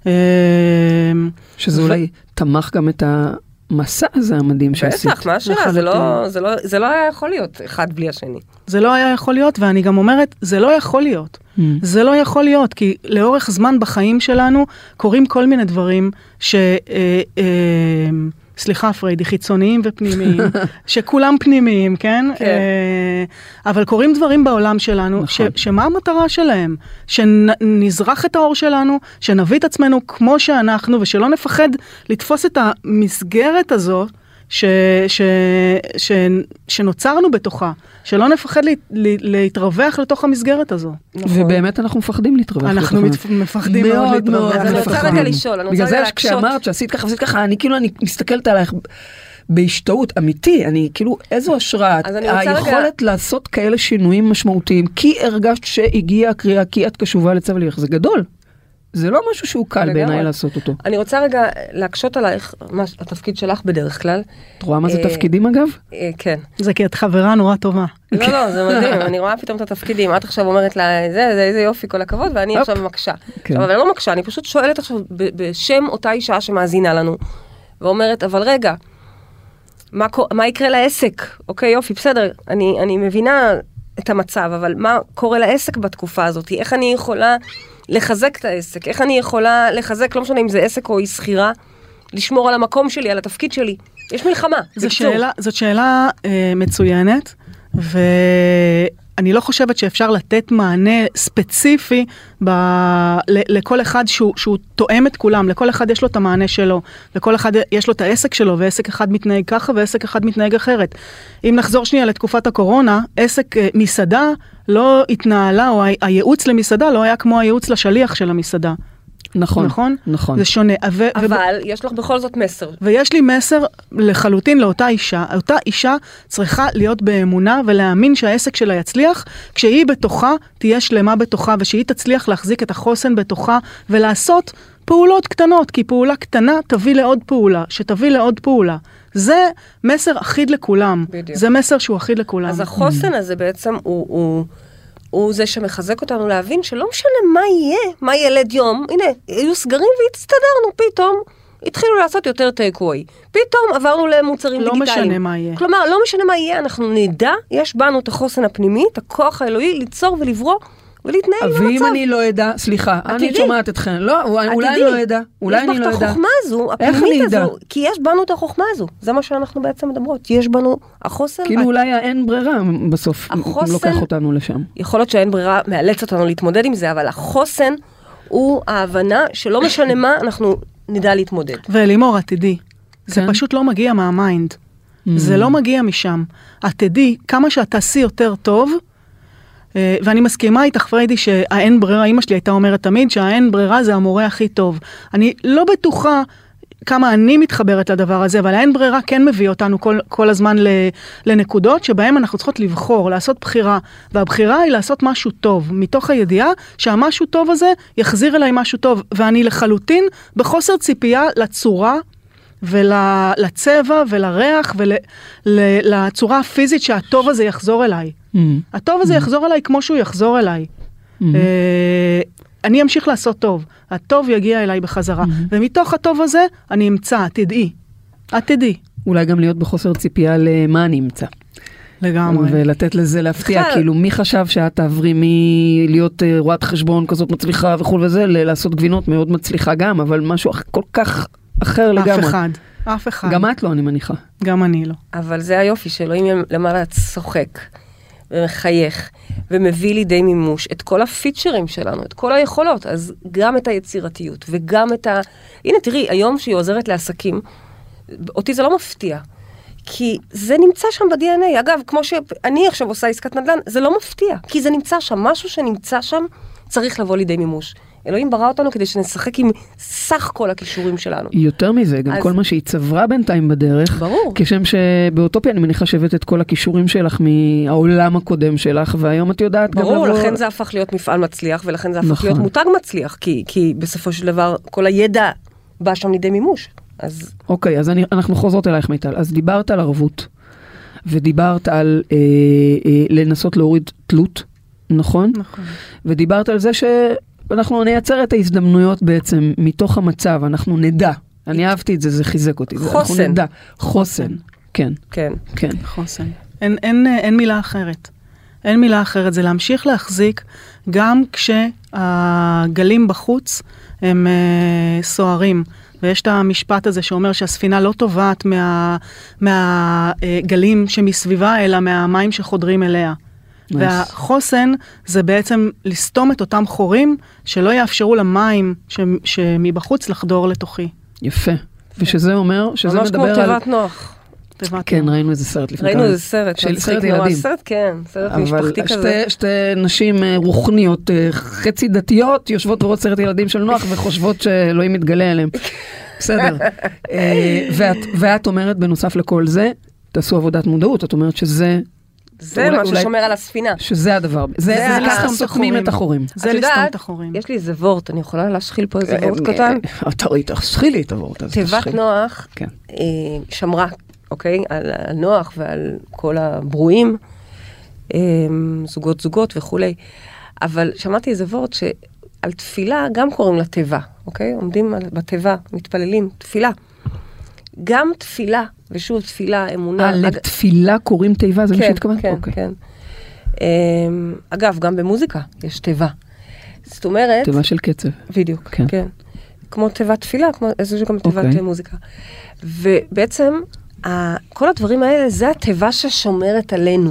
שזה אולי תמך גם את המסע הזה המדהים שעשית. בטח, מה השאלה? זה לא, זה לא, זה לא היה יכול להיות אחד בלי השני. זה לא היה יכול להיות, ואני גם אומרת, זה לא יכול להיות. זה לא יכול להיות, כי לאורך זמן בחיים שלנו קורים כל מיני דברים ש... סליחה פריידי, חיצוניים ופנימיים, שכולם פנימיים, כן? אבל קורים דברים בעולם שלנו, שמה המטרה שלהם? שנזרח את האור שלנו, שנביא את עצמנו כמו שאנחנו, ושלא נפחד לתפוס את המסגרת הזו, ש, ש, ש, שנוצרנו בתוכה, שלא נפחד לה, להתרווח לתוך המסגרת הזו. ובאמת אנחנו מפחדים להתרווח. אנחנו מפחדים מאוד להתרווח. אז אני רוצה רגע לשאול, אני רוצה רגע להקשות. בגלל זה כשאמרת שעשית ככה ועשית ככה, אני כאילו, אני מסתכלת עלייך בהשתאות, אמיתי, אני כאילו, איזו השראה, היכולת לעשות כאלה שינויים משמעותיים, כי הרגשת שהגיעה הקריאה, כי את קשובה לצו ליח, זה גדול. זה לא משהו שהוא קל בעיניי לעשות אותו. אני רוצה רגע להקשות עלייך, מה התפקיד שלך בדרך כלל. את רואה מה זה תפקידים אגב? כן. זה כי את חברה נורא טובה. לא, לא, זה מדהים, אני רואה פתאום את התפקידים. את עכשיו אומרת לה, זה, איזה יופי, כל הכבוד, ואני עכשיו מקשה. אבל אני לא מקשה, אני פשוט שואלת עכשיו בשם אותה אישה שמאזינה לנו, ואומרת, אבל רגע, מה יקרה לעסק? אוקיי, יופי, בסדר, אני מבינה את המצב, אבל מה קורה לעסק בתקופה הזאת? איך אני יכולה לחזק את העסק? איך אני יכולה לחזק, לא משנה אם זה עסק או היא שכירה, לשמור על המקום שלי, על התפקיד שלי? יש מלחמה. זו שאלה, זאת שאלה אה, מצוינת, ואני לא חושבת שאפשר לתת מענה ספציפי ב, ל, לכל אחד שהוא, שהוא תואם את כולם, לכל אחד יש לו את המענה שלו, לכל אחד יש לו את העסק שלו, ועסק אחד מתנהג ככה, ועסק אחד מתנהג אחרת. אם נחזור שנייה לתקופת הקורונה, עסק אה, מסעדה, לא התנהלה, או הייעוץ למסעדה לא היה כמו הייעוץ לשליח של המסעדה. נכון, נכון? נכון. זה שונה. ו- אבל ו- יש לך בכל זאת מסר. ויש לי מסר לחלוטין לאותה אישה. אותה אישה צריכה להיות באמונה ולהאמין שהעסק שלה יצליח, כשהיא בתוכה תהיה שלמה בתוכה, ושהיא תצליח להחזיק את החוסן בתוכה, ולעשות פעולות קטנות, כי פעולה קטנה תביא לעוד פעולה, שתביא לעוד פעולה. זה מסר אחיד לכולם. בדיוק. זה מסר שהוא אחיד לכולם. אז החוסן הזה בעצם הוא, הוא, הוא זה שמחזק אותנו להבין שלא משנה מה יהיה, מה ילד יום. הנה, היו סגרים והצטדרנו, פתאום התחילו לעשות יותר טייק-אווי. פתאום עברנו למוצרים לא דיגיטליים. משנה מה יהיה. כלומר, לא משנה מה יהיה, אנחנו נדע, יש בנו את החוסן הפנימי, את הכוח האלוהי, ליצור ולברוא, ולהתנהל במצב. ואם אני לא יודע, סליחה, אני שומעת אתכן, לא, אולי אני לא יודע, אולי אני לא יודע. יש בך את החוכמה הזו, הפנימית הזו, כי יש בנו את החוכמה הזו, זה מה שאנחנו בעצם מדברות, יש בנו החוסן. כאילו אולי האין ברירה בסוף לוקח אותנו לשם. יכול להיות שהאין ברירה מאלץ אותנו להתמודד עם זה, אבל החוסן הוא ההבנה שלא משנה מה, אנחנו נדע להתמודד. ואלימור, עתידי, זה פשוט לא מגיע מהמיינד, זה לא מגיע משם. עתידי, כמה שאת תעשי יותר טוב, ואני מסכימה איתך פריידי שהאין ברירה, אמא שלי הייתה אומרת תמיד שהאין ברירה זה המורה הכי טוב. אני לא בטוחה כמה אני מתחברת לדבר הזה, אבל האין ברירה כן מביא אותנו כל, כל הזמן לנקודות שבהם אנחנו צריכות לבחור, לעשות בחירה, והבחירה היא לעשות משהו טוב, מתוך הידיעה שהמשהו טוב הזה יחזיר אליי משהו טוב, ואני לחלוטין בחוסר ציפייה לצורה, ולצבע ולריח ולצורה הפיזית שהטוב הזה יחזור אליי. הטוב הזה יחזור אליי כמו שהוא יחזור אליי. אני אמשיך לעשות טוב. הטוב יגיע אליי בחזרה. ומתוך הטוב הזה אני אמצא, תדעי. את תדעי. אולי גם להיות בחוסר ציפייה למה אני אמצא. לגמרי. ולתת לזה להפתיע, כאילו מי חשב שאת תעברי מלהיות רואת חשבון כזאת מצליחה וכו' וזה, לעשות גבינות מאוד מצליחה גם, אבל משהו כל כך אחר לגמרי. אף אחד, אף אחד. גם את לא, אני מניחה. גם אני לא. אבל זה היופי שלו, אם למעלה צוחק ומחייך ומביא לידי מימוש את כל הפיצ'רים שלנו, את כל היכולות, אז גם את היצירתיות וגם את ה... הנה תראי, היום שהיא עוזרת לעסקים, אותי זה לא מפתיע. כי זה נמצא שם ב-די אן איי. אגב, כמו שאני עכשיו עושה עסקת נדל"ן, זה לא מפתיע. כי זה נמצא שם. משהו שנמצא שם צריך לבוא לידי מימוש. אלוהים ברא אותנו כדי שנשחק עם סך כל הכישורים שלנו. יותר מזה, גם אז... כל מה שהיא צברה בינתיים בדרך. ברור. כשם שבאוטופיה אני מניחה שהבאת את כל הכישורים שלך מהעולם הקודם שלך, והיום את יודעת ברור, גם... ברור, לכן זה הפך להיות מפעל מצליח, ולכן זה הפך נכון. להיות מותג מצליח, כי, כי בסופו של דבר כל הידע בא שם לידי מימוש. אז... אוקיי, אז אני, אנחנו חוזרות אלייך מיטל. אז דיברת על ערבות, ודיברת על אה, אה, לנסות להוריד תלות, נכון? נכון. ודיברת על זה שאנחנו נייצר את ההזדמנויות בעצם מתוך המצב, אנחנו נדע. אני אהבתי את זה, זה חיזק אותי. חוסן. אנחנו נדע. חוסן. כן. כן. כן. חוסן. אין, אין, אין מילה אחרת. אין מילה אחרת. זה להמשיך להחזיק גם כשהגלים בחוץ הם אה, סוערים. ויש את המשפט הזה שאומר שהספינה לא טובעת מה, מהגלים שמסביבה, אלא מהמים שחודרים אליה. Nice. והחוסן זה בעצם לסתום את אותם חורים שלא יאפשרו למים ש, שמבחוץ לחדור לתוכי. יפה. ושזה אומר, שזה מדבר על... ממש כמו תיבת נוח. כן, ראינו איזה סרט לפני ראינו איזה סרט. של סרט ילדים. סרט, כן, סרט משפחתי כזה. אבל שתי נשים רוחניות, חצי דתיות, יושבות ורואות סרט ילדים של נוח וחושבות שאלוהים מתגלה עליהם. בסדר. ואת אומרת, בנוסף לכל זה, תעשו עבודת מודעות, את אומרת שזה... זה מה ששומר על הספינה. שזה הדבר. זה ככה סותמים את החורים. זה לסתום את החורים. יש לי איזה וורט, אני יכולה להשחיל פה איזה וורט קטן? תראי, תשחילי את הוורט הזה. תיבת נוח שמרה, אוקיי? על נוח ועל כל הברואים, זוגות זוגות וכולי. אבל שמעתי איזה וורט שעל תפילה גם קוראים לה תיבה, אוקיי? עומדים בתיבה, מתפללים, תפילה. גם תפילה, ושוב תפילה, אמונה. אה, לתפילה קוראים תיבה, זה מה שהתכוונת? כן, כן, כן. אגב, גם במוזיקה יש תיבה. זאת אומרת... תיבה של קצב. בדיוק, כן. כמו תיבת תפילה, כמו איזו גם תיבת מוזיקה. ובעצם, כל הדברים האלה, זה התיבה ששומרת עלינו.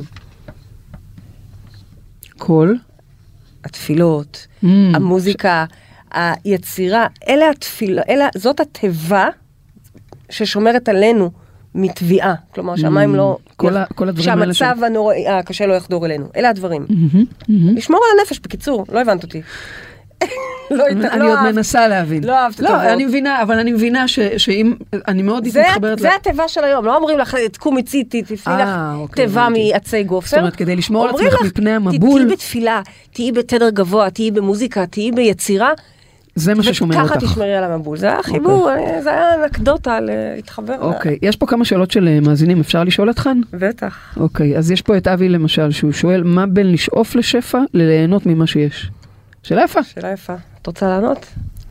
כל? התפילות, המוזיקה, היצירה, אלה התפילה, זאת התיבה ששומרת עלינו מתביעה. כלומר, שהמים לא... שהמצב הקשה לא יחדור אלינו. אלה הדברים. לשמור על הנפש, בקיצור. לא הבנת אותי. אני עוד מנסה להבין. לא אהבת טובות. לא, אני מבינה, אבל אני מבינה שאם... אני מאוד מתחברת... זה התיבה של היום. לא אומרים לך, תקומי ציטי, תפני לך תיבה מעצי גופר. זאת אומרת, כדי לשמור על עצמך מפני המבול... תהיי בתפילה, תהיי בתדר גבוה, תהיי במוזיקה, תהיי ביצירה. זה מה ששומר אותך. וככה תשמרי על המבול. זה היה חיבור, זה היה אנקדוטה להתחבר. אוקיי, יש פה כמה שאלות של מאזינים, אפשר לשאול אתכן? בטח. אוקיי, אז יש פה את אבי למשל, שהוא שואל, מה בין לשאוף לשפע לליהנות ממה שיש? שאלה יפה. שאלה יפה. את רוצה לענות?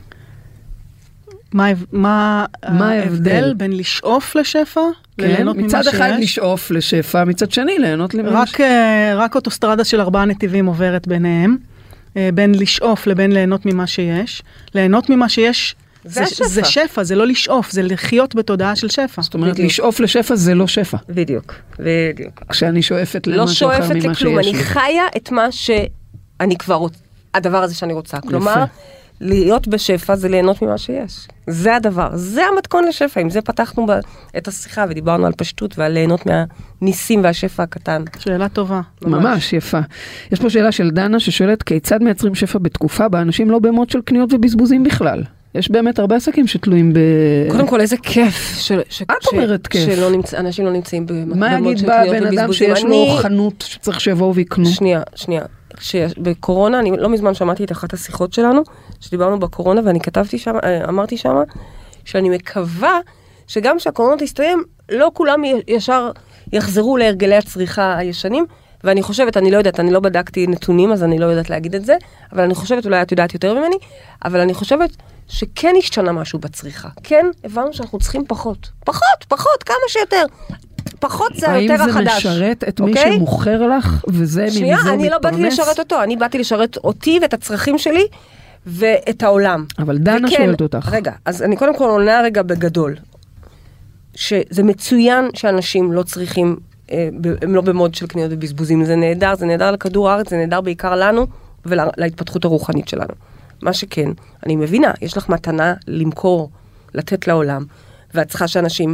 מה ההבדל בין לשאוף לשפע לליהנות ממה שיש? מצד אחד לשאוף לשפע, מצד שני ליהנות ממה שיש. רק אוטוסטרדה של ארבעה נתיבים עוברת ביניהם. בין לשאוף לבין ליהנות ממה שיש. ליהנות ממה שיש זה, זה, זה שפע, זה לא לשאוף, זה לחיות בתודעה של שפע. זאת אומרת, בדיוק. לשאוף לשפע זה לא שפע. בדיוק, בדיוק. כשאני שואפת לא למשהו אחר ממה שיש לי. לא שואפת לכלום, אני חיה את מה שאני כבר רוצה, הדבר הזה שאני רוצה. כלומר, יפה. להיות בשפע זה ליהנות ממה שיש. זה הדבר, זה המתכון לשפע. עם זה פתחנו את השיחה ודיברנו על פשטות ועל ליהנות מהניסים והשפע הקטן. שאלה טובה. ממש, ממש יפה. יש פה שאלה של דנה ששואלת כיצד מייצרים שפע בתקופה בה אנשים לא במות של קניות ובזבוזים בכלל. יש באמת הרבה עסקים שתלויים ב... קודם כל, איזה כיף. את אומרת כיף. שאנשים לא נמצאים במות של קניות ובזבוזים. מה יגיד בא בן אדם שיש לו חנות שצריך שיבואו ויקנו? שנייה, שנייה. שבקורונה, אני לא מזמן שמעתי את אחת השיחות שלנו, שדיברנו בקורונה, ואני כתבתי שם, אמרתי שם, שאני מקווה שגם שהקורונה תסתיים, לא כולם ישר יחזרו להרגלי הצריכה הישנים, ואני חושבת, אני לא יודעת, אני לא בדקתי נתונים, אז אני לא יודעת להגיד את זה, אבל אני חושבת, אולי את יודעת יותר ממני, אבל אני חושבת שכן השתנה משהו בצריכה. כן, הבנו שאנחנו צריכים פחות. פחות, פחות, כמה שיותר. פחות זה היותר החדש. האם זה משרת את מי שמוכר לך, וזה ממזור מתפרנס? שנייה, אני לא באתי לשרת אותו, אני באתי לשרת אותי ואת הצרכים שלי, ואת העולם. אבל דנה שואלת אותך. רגע, אז אני קודם כל עונה רגע בגדול, שזה מצוין שאנשים לא צריכים, הם לא במוד של קניות ובזבוזים, זה נהדר, זה נהדר לכדור הארץ, זה נהדר בעיקר לנו, ולהתפתחות הרוחנית שלנו. מה שכן, אני מבינה, יש לך מתנה למכור, לתת לעולם, ואת צריכה שאנשים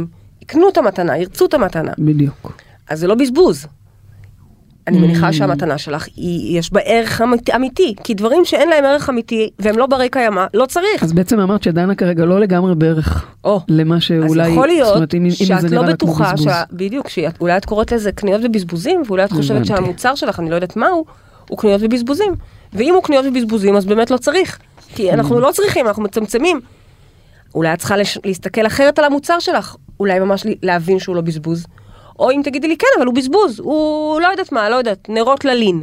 יקנו את המתנה, ירצו את המתנה. בדיוק. אז זה לא בזבוז. אני מניחה שהמתנה שלך, יש בה ערך אמיתי, כי דברים שאין להם ערך אמיתי, והם לא ברי קיימא, לא צריך. אז בעצם אמרת שדנה כרגע לא לגמרי בערך, למה שאולי... אז יכול להיות שאת לא בטוחה, בדיוק, שאולי את קוראת לזה קניות ובזבוזים, ואולי את חושבת שהמוצר שלך, אני לא יודעת מהו, הוא קניות ובזבוזים. ואם הוא קניות ובזבוזים, אז באמת לא צריך. כי אנחנו לא צריכים, אנחנו מצמצמים. אולי את צריכה להסתכל אחרת על המוצר שלך, אולי ממש להבין שהוא לא בזבוז. או אם תגידי לי, כן, אבל הוא בזבוז, הוא לא יודעת מה, לא יודעת, נרות ללין.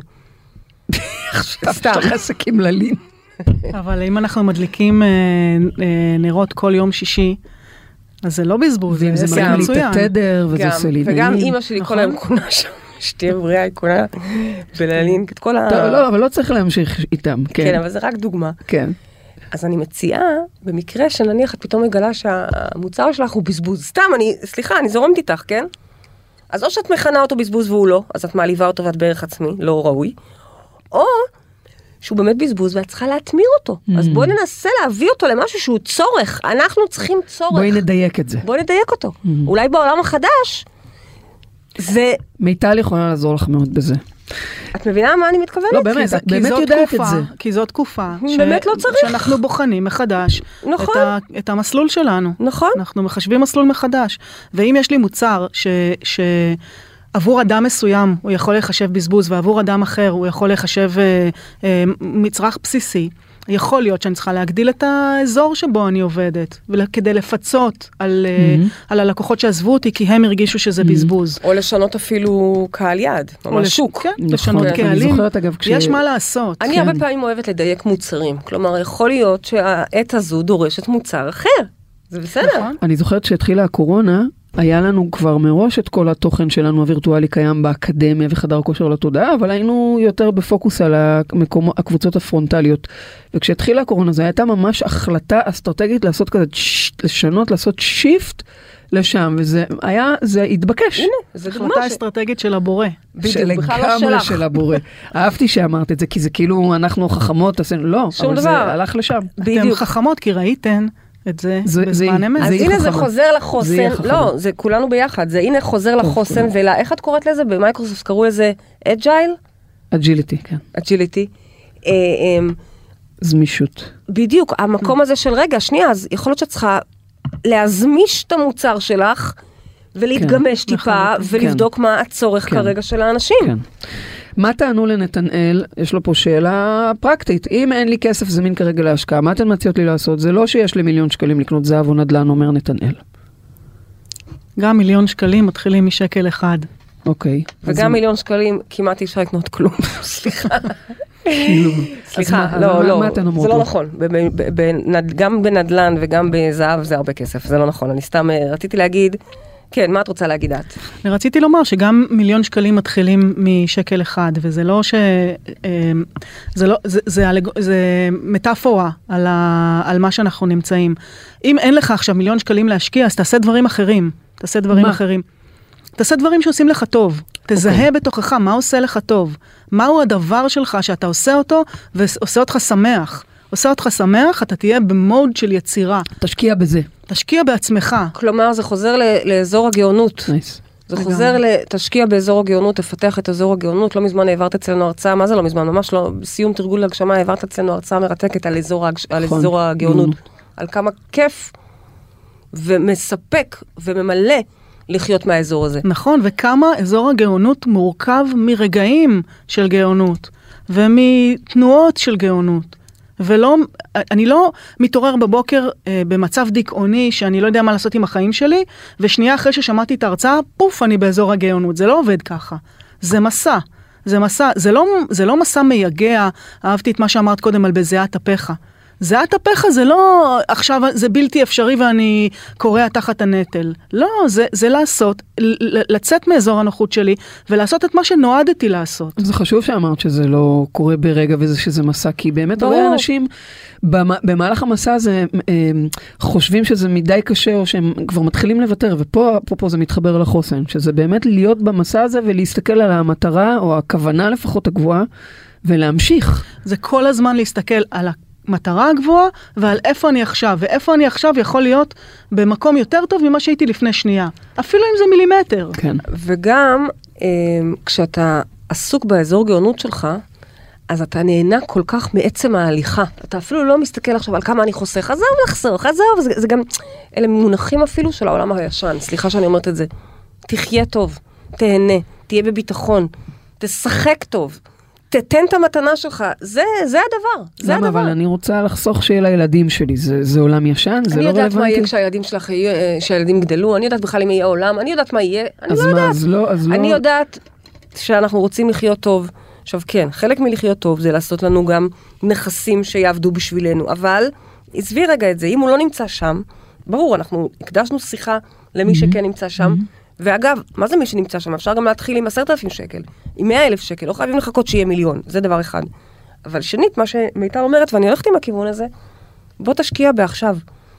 סתם. עסקים ללין. אבל אם אנחנו מדליקים נרות כל יום שישי, אז זה לא בזבוז, זה גם מצוין. את התדר, וזה סליב. וגם אמא שלי כל היום קונה שם, שתהיה בריאה, היא קונה וללין את כל ה... לא, אבל לא צריך להמשיך איתם. כן, אבל זה רק דוגמה. כן. אז אני מציעה, במקרה שנניח את פתאום מגלה שהמוצר שלך הוא בזבוז. סתם, אני, סליחה, אני זורמת איתך, כן? אז או שאת מכנה אותו בזבוז והוא לא, אז את מעליבה אותו ואת בערך עצמי, לא ראוי, או שהוא באמת בזבוז ואת צריכה להתמיר אותו. Mm. אז בואי ננסה להביא אותו למשהו שהוא צורך. אנחנו צריכים צורך. בואי נדייק את זה. בואי נדייק אותו. Mm. אולי בעולם החדש, זה... מיטל יכולה לעזור לך מאוד בזה. את מבינה מה אני מתכוונת? לא, באמת, את באמת יודעת את זה. כי זאת תקופה. באמת לא צריך. שאנחנו בוחנים מחדש נכון. את, ה, את המסלול שלנו. נכון. אנחנו מחשבים מסלול מחדש. ואם יש לי מוצר ש, שעבור אדם מסוים הוא יכול לחשב בזבוז, ועבור אדם אחר הוא יכול לחשב אה, אה, מצרך בסיסי, יכול להיות שאני צריכה להגדיל את האזור שבו אני עובדת, כדי לפצות על, mm-hmm. על הלקוחות שעזבו אותי, כי הם הרגישו שזה mm-hmm. בזבוז. או לשנות אפילו קהל יד, או לשוק. כן, נכון, לשנות כן. קהלים. אני זוכרת, אגב, כש... יש מה לעשות. אני כן. הרבה פעמים אוהבת לדייק מוצרים. כלומר, יכול להיות שהעת הזו דורשת מוצר אחר. זה בסדר. נכון. אני זוכרת שהתחילה הקורונה, היה לנו כבר מראש את כל התוכן שלנו הווירטואלי קיים באקדמיה וחדר כושר לתודעה, אבל היינו יותר בפוקוס על המקום, הקבוצות הפרונטליות. וכשהתחילה הקורונה, זו הייתה ממש החלטה אסטרטגית לעשות כזה, לשנות, לעשות שיפט לשם, וזה היה, זה התבקש. הנה, זה החלטה אסטרטגית של הבורא. לגמרי של הבורא. אהבתי שאמרת את זה, כי זה כאילו אנחנו חכמות, לא, אבל זה הלך לשם. אתם חכמות, כי ראיתן את זה, זה בזמן אמת. אז הנה זה חוזר לחוסן, לא, זה כולנו ביחד, זה הנה חוזר לחוסן, ואיך את קוראת לזה? במייקרוסופט קראו לזה אג'ייל? אג'יליטי, כן. אג'יליטי. זמישות. בדיוק, המקום הזה של רגע, שנייה, אז יכול להיות שאת צריכה להזמיש את המוצר שלך, ולהתגמש טיפה, ולבדוק מה הצורך כרגע של האנשים. כן. מה טענו לנתנאל? יש לו פה שאלה פרקטית. אם אין לי כסף זמין כרגע להשקעה, מה אתן מציעות לי לעשות? זה לא שיש לי מיליון שקלים לקנות זהב או נדל"ן, אומר נתנאל. גם מיליון שקלים מתחילים משקל אחד. אוקיי. וגם מיליון שקלים כמעט אי אפשר לקנות כלום. סליחה. סליחה, אז לא, מה- לא, מה אתן אומרות זה לו? לא נכון. ב- ב- ב- בנד- גם בנדל"ן וגם בזהב זה הרבה כסף, זה לא נכון. אני סתם אה, רציתי להגיד, כן, מה את רוצה להגיד את? אני רציתי לומר שגם מיליון שקלים מתחילים משקל אחד, וזה לא ש... אה, זה לא, זה, זה, אלג- זה מטאפורה על, ה, על מה שאנחנו נמצאים. אם אין לך עכשיו מיליון שקלים להשקיע, אז תעשה דברים אחרים. תעשה דברים מה? אחרים. תעשה דברים שעושים לך טוב. תזהה okay. בתוכך מה עושה לך טוב. מהו הדבר שלך שאתה עושה אותו ועושה אותך שמח. עושה אותך שמח, אתה תהיה במוד של יצירה. תשקיע בזה. תשקיע בעצמך. כלומר, זה חוזר ל- לאזור הגאונות. נייס. זה חוזר ל... תשקיע באזור הגאונות, תפתח את אזור הגאונות. לא מזמן העברת אצלנו הרצאה, מה זה לא מזמן? ממש לא, בסיום תרגול להגשמה, העברת אצלנו הרצאה מרתקת על אזור, ההגש... על אזור הגאונות. על כמה כיף ומספק וממלא לחיות מהאזור הזה. נכון, וכמה אזור הגאונות מורכב מרגעים של גאונות, ומתנועות של גאונות. ולא, אני לא מתעורר בבוקר אה, במצב דיכאוני שאני לא יודע מה לעשות עם החיים שלי, ושנייה אחרי ששמעתי את ההרצאה, פוף, אני באזור הגאונות. זה לא עובד ככה. זה מסע. זה מסע. זה לא, זה לא מסע מייגע. אהבתי את מה שאמרת קודם על בזיעת אפיך. זיעת אפיך זה לא, עכשיו זה בלתי אפשרי ואני קורע תחת הנטל. לא, זה, זה לעשות, לצאת מאזור הנוחות שלי, ולעשות את מה שנועדתי לעשות. זה חשוב שאמרת שזה לא קורה ברגע וזה שזה מסע, כי באמת הרבה אנשים במהלך המסע הזה חושבים שזה מדי קשה, או שהם כבר מתחילים לוותר, ופה פה, פה זה מתחבר לחוסן, שזה באמת להיות במסע הזה ולהסתכל על המטרה, או הכוונה לפחות הגבוהה, ולהמשיך. זה כל הזמן להסתכל על ה... המטרה הגבוהה, ועל איפה אני עכשיו, ואיפה אני עכשיו יכול להיות במקום יותר טוב ממה שהייתי לפני שנייה. אפילו אם זה מילימטר. כן. וגם, כשאתה עסוק באזור גאונות שלך, אז אתה נהנה כל כך מעצם ההליכה. אתה אפילו לא מסתכל עכשיו על כמה אני חוסך, עזוב לחסוך, עזוב, זה, זה גם, אלה מונחים אפילו של העולם הישן, סליחה שאני אומרת את זה. תחיה טוב, תהנה, תהיה בביטחון, תשחק טוב, תתן את המתנה שלך, זה, זה הדבר, זה למה, הדבר. אבל אני רוצה לחסוך שיהיה לילדים שלי, זה, זה עולם ישן, זה לא רלוונטי. אני יודעת מה יהיה כשהילדים שלך, כשהילדים גדלו, אני יודעת בכלל אם יהיה עולם, אני יודעת מה יהיה, אני לא יודעת. אז לא, אז לא. אני יודעת שאנחנו רוצים לחיות טוב, עכשיו כן, חלק מלחיות טוב זה לעשות לנו גם נכסים שיעבדו בשבילנו, אבל עזבי רגע את זה, אם הוא לא נמצא שם, ברור, אנחנו הקדשנו שיחה למי שכן נמצא שם, ואגב, מה זה מי שנמצא שם? אפשר גם להתחיל עם עשרת אלפים שקל, עם מאה אלף שקל, לא חייבים לחכות שיהיה מיליון, זה דבר אחד. אבל שנית, מה שמיטל אומרת, ואני הולכת עם הכיוון הזה, בוא תשקיע בעכשיו.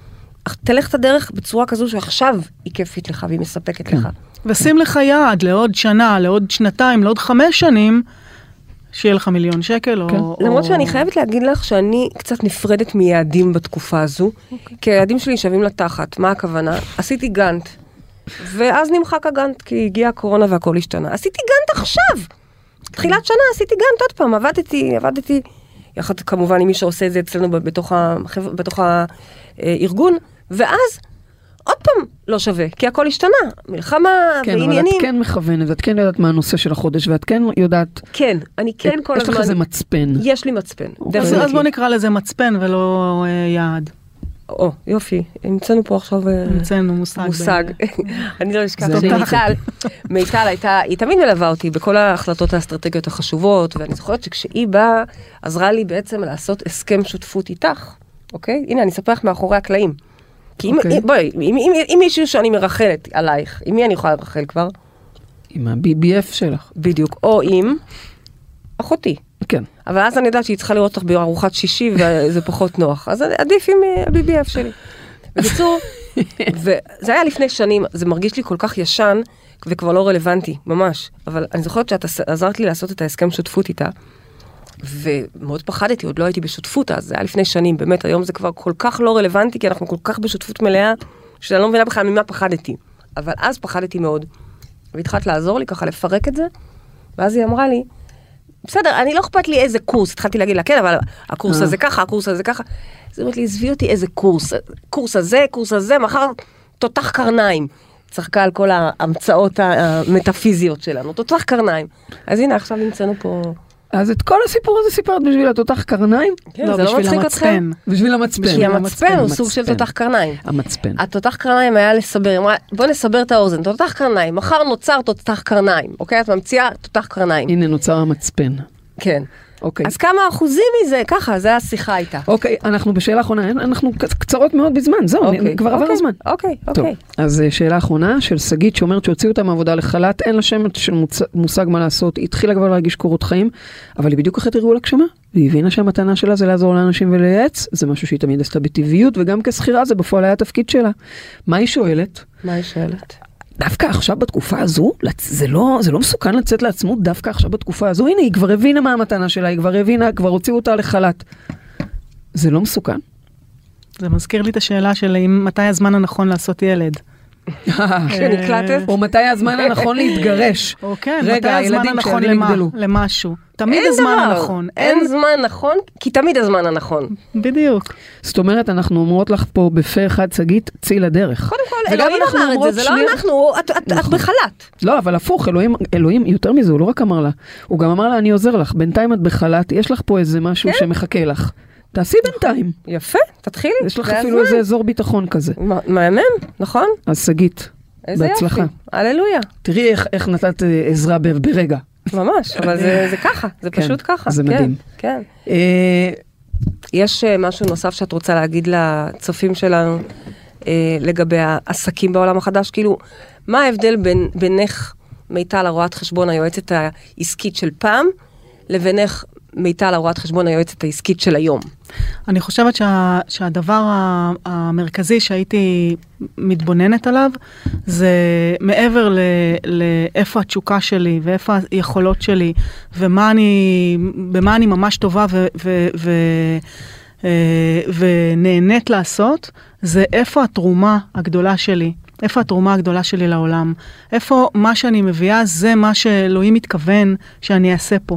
תלך את הדרך בצורה כזו שעכשיו היא כיפית לך והיא מספקת לך. ושים לך יעד לעוד שנה, לעוד שנתיים, לעוד חמש שנים, שיהיה לך מיליון שקל או... למרות שאני חייבת להגיד לך שאני קצת נפרדת מיעדים בתקופה הזו, כי היעדים שלי שווים לתחת. מה הכוונה? עשיתי גאנט, ואז נמחק הגאנט, כי הגיעה הקורונה והכל השתנה. עשיתי גאנט עכשיו! תחילת שנה עשיתי גאנט עוד פעם, עבדתי, עבדתי, יחד כמובן עם מי שעושה את זה אצלנו בתוך, החבר, בתוך הארגון, ואז עוד פעם לא שווה, כי הכל השתנה, מלחמה כן, ועניינים. כן, אבל את כן מכוונת, את כן יודעת מה הנושא של החודש, ואת כן יודעת... כן, אני כן כל יש הזמן... לך איזה מצפן. יש לי מצפן. אז, אז בוא נקרא לזה מצפן ולא אה, יעד. או, יופי, המצאנו פה עכשיו... המצאנו מושג. מושג. אני לא אשכח שמיטל, מיטל הייתה, היא תמיד מלווה אותי בכל ההחלטות האסטרטגיות החשובות, ואני זוכרת שכשהיא באה, עזרה לי בעצם לעשות הסכם שותפות איתך, אוקיי? הנה, אני אספר לך מאחורי הקלעים. כי אם, בואי, אם מישהו שאני מרחלת עלייך, עם מי אני יכולה לרחל כבר? עם ה-בי בי אף שלך. בדיוק, או עם אחותי. כן. אבל אז אני יודעת שהיא צריכה לראות אותך בארוחת שישי, וזה פחות נוח. אז עדיף עם ה-בי בי אף שלי. בקיצור, וזה היה לפני שנים, זה מרגיש לי כל כך ישן, וכבר לא רלוונטי, ממש. אבל אני זוכרת שאת עזרת לי לעשות את ההסכם שותפות איתה, ומאוד פחדתי, עוד לא הייתי בשותפות, אז זה היה לפני שנים, באמת, היום זה כבר כל כך לא רלוונטי, כי אנחנו כל כך בשותפות מלאה, שאני לא מבינה בכלל ממה פחדתי. אבל אז פחדתי מאוד. והתחלת לעזור לי ככה לפרק את זה, ואז היא אמרה לי, בסדר, אני לא אכפת לי איזה קורס, התחלתי להגיד לה, כן, אבל הקורס הזה ככה, הקורס הזה ככה. אז היא אומרת לי, עזבי אותי איזה קורס, קורס הזה, קורס הזה, מחר תותח קרניים. צחקה על כל ההמצאות המטאפיזיות שלנו, תותח קרניים. אז הנה, עכשיו נמצאנו פה... אז את כל הסיפור הזה סיפרת בשביל התותח קרניים? כן, זה לא מצחיק אתכם? בשביל המצפן. בשביל המצפן הוא סוג של תותח קרניים. המצפן. התותח קרניים היה לסבר, אמרה, בוא נסבר את האוזן, תותח קרניים, מחר נוצר תותח קרניים, אוקיי? את ממציאה תותח קרניים. הנה נוצר המצפן. כן. אוקיי. אז כמה אחוזים מזה? ככה, זה השיחה איתה. אוקיי, אנחנו בשאלה האחרונה, אנחנו קצרות מאוד בזמן, זהו, כבר עבר הזמן. אוקיי, אוקיי. אז שאלה האחרונה של שגית, שאומרת שהוציאו אותה מעבודה לחל"ת, אין לה שם של מושג מה לעשות, היא התחילה כבר להרגיש קורות חיים, אבל היא בדיוק אחרי תרגול הגשמה, והיא הבינה שהמתנה שלה זה לעזור לאנשים ולייעץ, זה משהו שהיא תמיד עשתה בטבעיות, וגם כסחירה זה בפועל היה התפקיד שלה. מה היא שואלת? מה היא שואלת? דווקא עכשיו בתקופה הזו, זה לא, זה לא מסוכן לצאת לעצמות דווקא עכשיו בתקופה הזו, הנה היא כבר הבינה מה המתנה שלה, היא כבר הבינה, כבר הוציאו אותה לחל"ת. זה לא מסוכן? זה מזכיר לי את השאלה של מתי הזמן הנכון לעשות ילד. שנקלטת? או מתי הזמן הנכון להתגרש. או כן, מתי הזמן הנכון למשהו. תמיד הזמן הנכון. אין זמן נכון, כי תמיד הזמן הנכון. בדיוק. זאת אומרת, אנחנו אומרות לך פה בפה אחד, שגית, צאי לדרך. קודם כל, אלוהים אמר את זה, זה לא אנחנו, את בחל"ת. לא, אבל הפוך, אלוהים, יותר מזה, הוא לא רק אמר לה, הוא גם אמר לה, אני עוזר לך, בינתיים את בחל"ת, יש לך פה איזה משהו שמחכה לך. תעשי בינתיים. יפה, תתחילי. יש לך אפילו איזה אזור ביטחון כזה. מהמם, נכון? אז שגית, בהצלחה. הללויה. תראי איך נתת עזרה ברגע. ממש, אבל זה ככה, זה פשוט ככה. זה מדהים. כן. יש משהו נוסף שאת רוצה להגיד לצופים שלנו לגבי העסקים בעולם החדש? כאילו, מה ההבדל בינך, מיטל, הרואת חשבון היועצת העסקית של פעם, לבינך, מיטל, הרואת חשבון היועצת העסקית של היום? אני חושבת שה, שהדבר המרכזי שהייתי מתבוננת עליו, זה מעבר ל, לאיפה התשוקה שלי, ואיפה היכולות שלי, ומה אני, במה אני ממש טובה, ו, ו, ו, ונהנית לעשות, זה איפה התרומה הגדולה שלי, איפה התרומה הגדולה שלי לעולם, איפה מה שאני מביאה זה מה שאלוהים מתכוון שאני אעשה פה.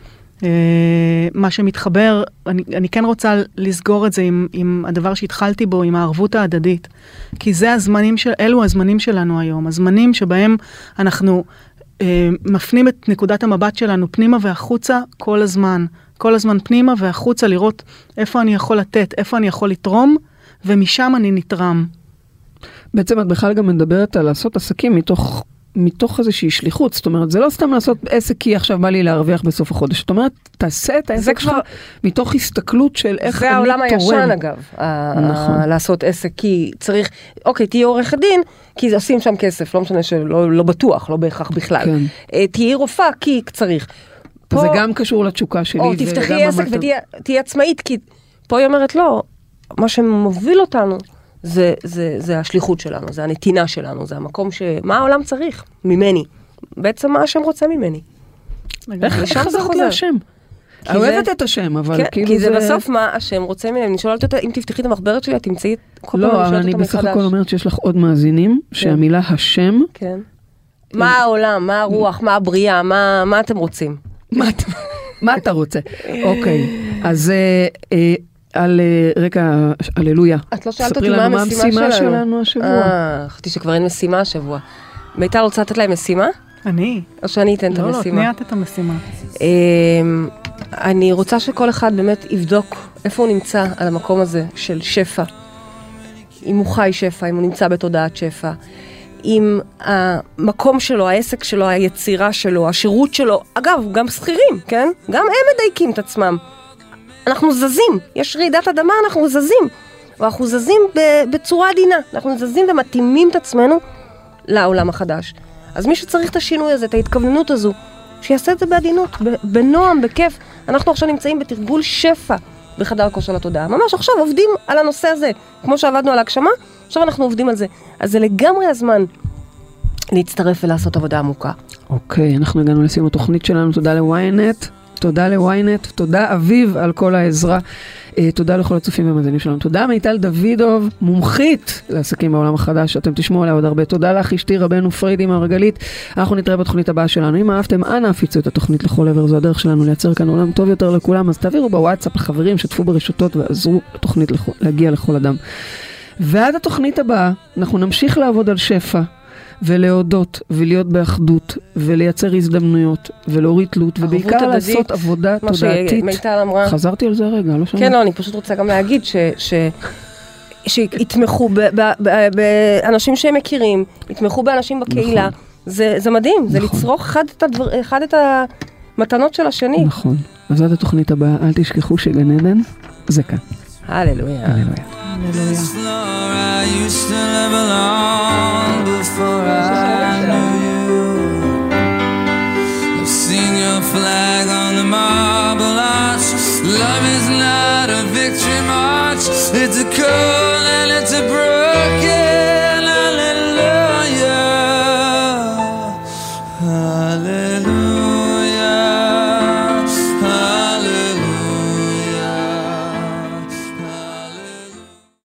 מה שמתחבר, אני, אני כן רוצה לסגור את זה עם, עם הדבר שהתחלתי בו, עם הערבות ההדדית. כי זה הזמנים של, אלו הזמנים שלנו היום, הזמנים שבהם אנחנו אה, מפנים את נקודת המבט שלנו פנימה והחוצה כל הזמן. כל הזמן פנימה והחוצה לראות איפה אני יכול לתת, איפה אני יכול לתרום, ומשם אני נתרם. בעצם את בכלל גם מדברת על לעשות עסקים מתוך... מתוך איזושהי שליחות, זאת אומרת, זה לא סתם לעשות עסק כי עכשיו בא לי להרוויח בסוף החודש, זאת אומרת, תעשה את העסק שלך מתוך הסתכלות של איך אני תורם. זה העולם הישן אגב, לעשות עסק כי צריך, אוקיי, תהיה עורך הדין, כי עושים שם כסף, לא משנה שלא בטוח, לא בהכרח בכלל. תהיה רופאה כי צריך. זה גם קשור לתשוקה שלי. או תפתחי עסק ותהיה עצמאית, כי פה היא אומרת לא, מה שמוביל אותנו, זה, זה, זה השליחות שלנו, זה הנתינה שלנו, זה המקום ש... מה העולם צריך ממני? בעצם מה השם רוצה ממני? איך חזרת להשם? אני אוהבת את השם, אבל כאילו זה... כי זה בסוף מה השם רוצה ממני. אני שואלת אותה, אם תפתחי את המחברת שלי, את תמצאי כל פעם אני שואלת אותה מחדש. לא, אני בסך הכל אומרת שיש לך עוד מאזינים, שהמילה השם... כן. מה העולם, מה הרוח, מה הבריאה, מה אתם רוצים? מה אתה רוצה? אוקיי, אז... על רקע, הללויה. את לא שאלת אותי מה המשימה שלנו השבוע. אה, חשבתי שכבר אין משימה השבוע. מיטל רוצה לתת להם משימה? אני. או שאני אתן את המשימה? לא, לא, תניעת את המשימה. אני רוצה שכל אחד באמת יבדוק איפה הוא נמצא על המקום הזה של שפע. אם הוא חי שפע, אם הוא נמצא בתודעת שפע. אם המקום שלו, העסק שלו, היצירה שלו, השירות שלו, אגב, גם שכירים, כן? גם הם מדייקים את עצמם. אנחנו זזים, יש רעידת אדמה, אנחנו זזים, ואנחנו זזים בצורה עדינה, אנחנו זזים ומתאימים את עצמנו לעולם החדש. אז מי שצריך את השינוי הזה, את ההתכווננות הזו, שיעשה את זה בעדינות, בנועם, בכיף. אנחנו עכשיו נמצאים בתרגול שפע בחדר כושר לתודעה. ממש עכשיו עובדים על הנושא הזה, כמו שעבדנו על ההגשמה, עכשיו אנחנו עובדים על זה. אז זה לגמרי הזמן להצטרף ולעשות עבודה עמוקה. אוקיי, אנחנו הגענו לסיום התוכנית שלנו, תודה ל-ynet. תודה לוויינט, תודה אביב על כל העזרה, תודה לכל הצופים ומאזינים שלנו, תודה מיטל דוידוב, מומחית לעסקים בעולם החדש, אתם תשמעו עליה עוד הרבה, תודה לך אשתי רבנו פרידי מרגלית, אנחנו נתראה בתוכנית הבאה שלנו, אם אהבתם אנא הפיצו את התוכנית לכל עבר, זו הדרך שלנו לייצר כאן עולם טוב יותר לכולם, אז תעבירו בוואטסאפ לחברים, שתפו ברשתות ועזרו לתוכנית להגיע לכל אדם. ועד התוכנית הבאה, אנחנו נמשיך לעבוד על שפע, ולהודות, ולהיות באחדות, ולייצר הזדמנויות, ולהוריד תלות, ובעיקר לעשות עבודה תודעתית. חזרתי על זה רגע, לא שמע. כן, לא, אני פשוט רוצה גם להגיד שיתמכו באנשים שהם מכירים, יתמכו באנשים בקהילה. זה מדהים, זה לצרוך אחד את המתנות של השני. נכון. אז עד התוכנית הבאה, אל תשכחו שגן עדן, זה כאן. הללויה. הללויה. I used to live alone before I knew you. I've seen your flag on the marble arch. Love is not a victory march, it's a code.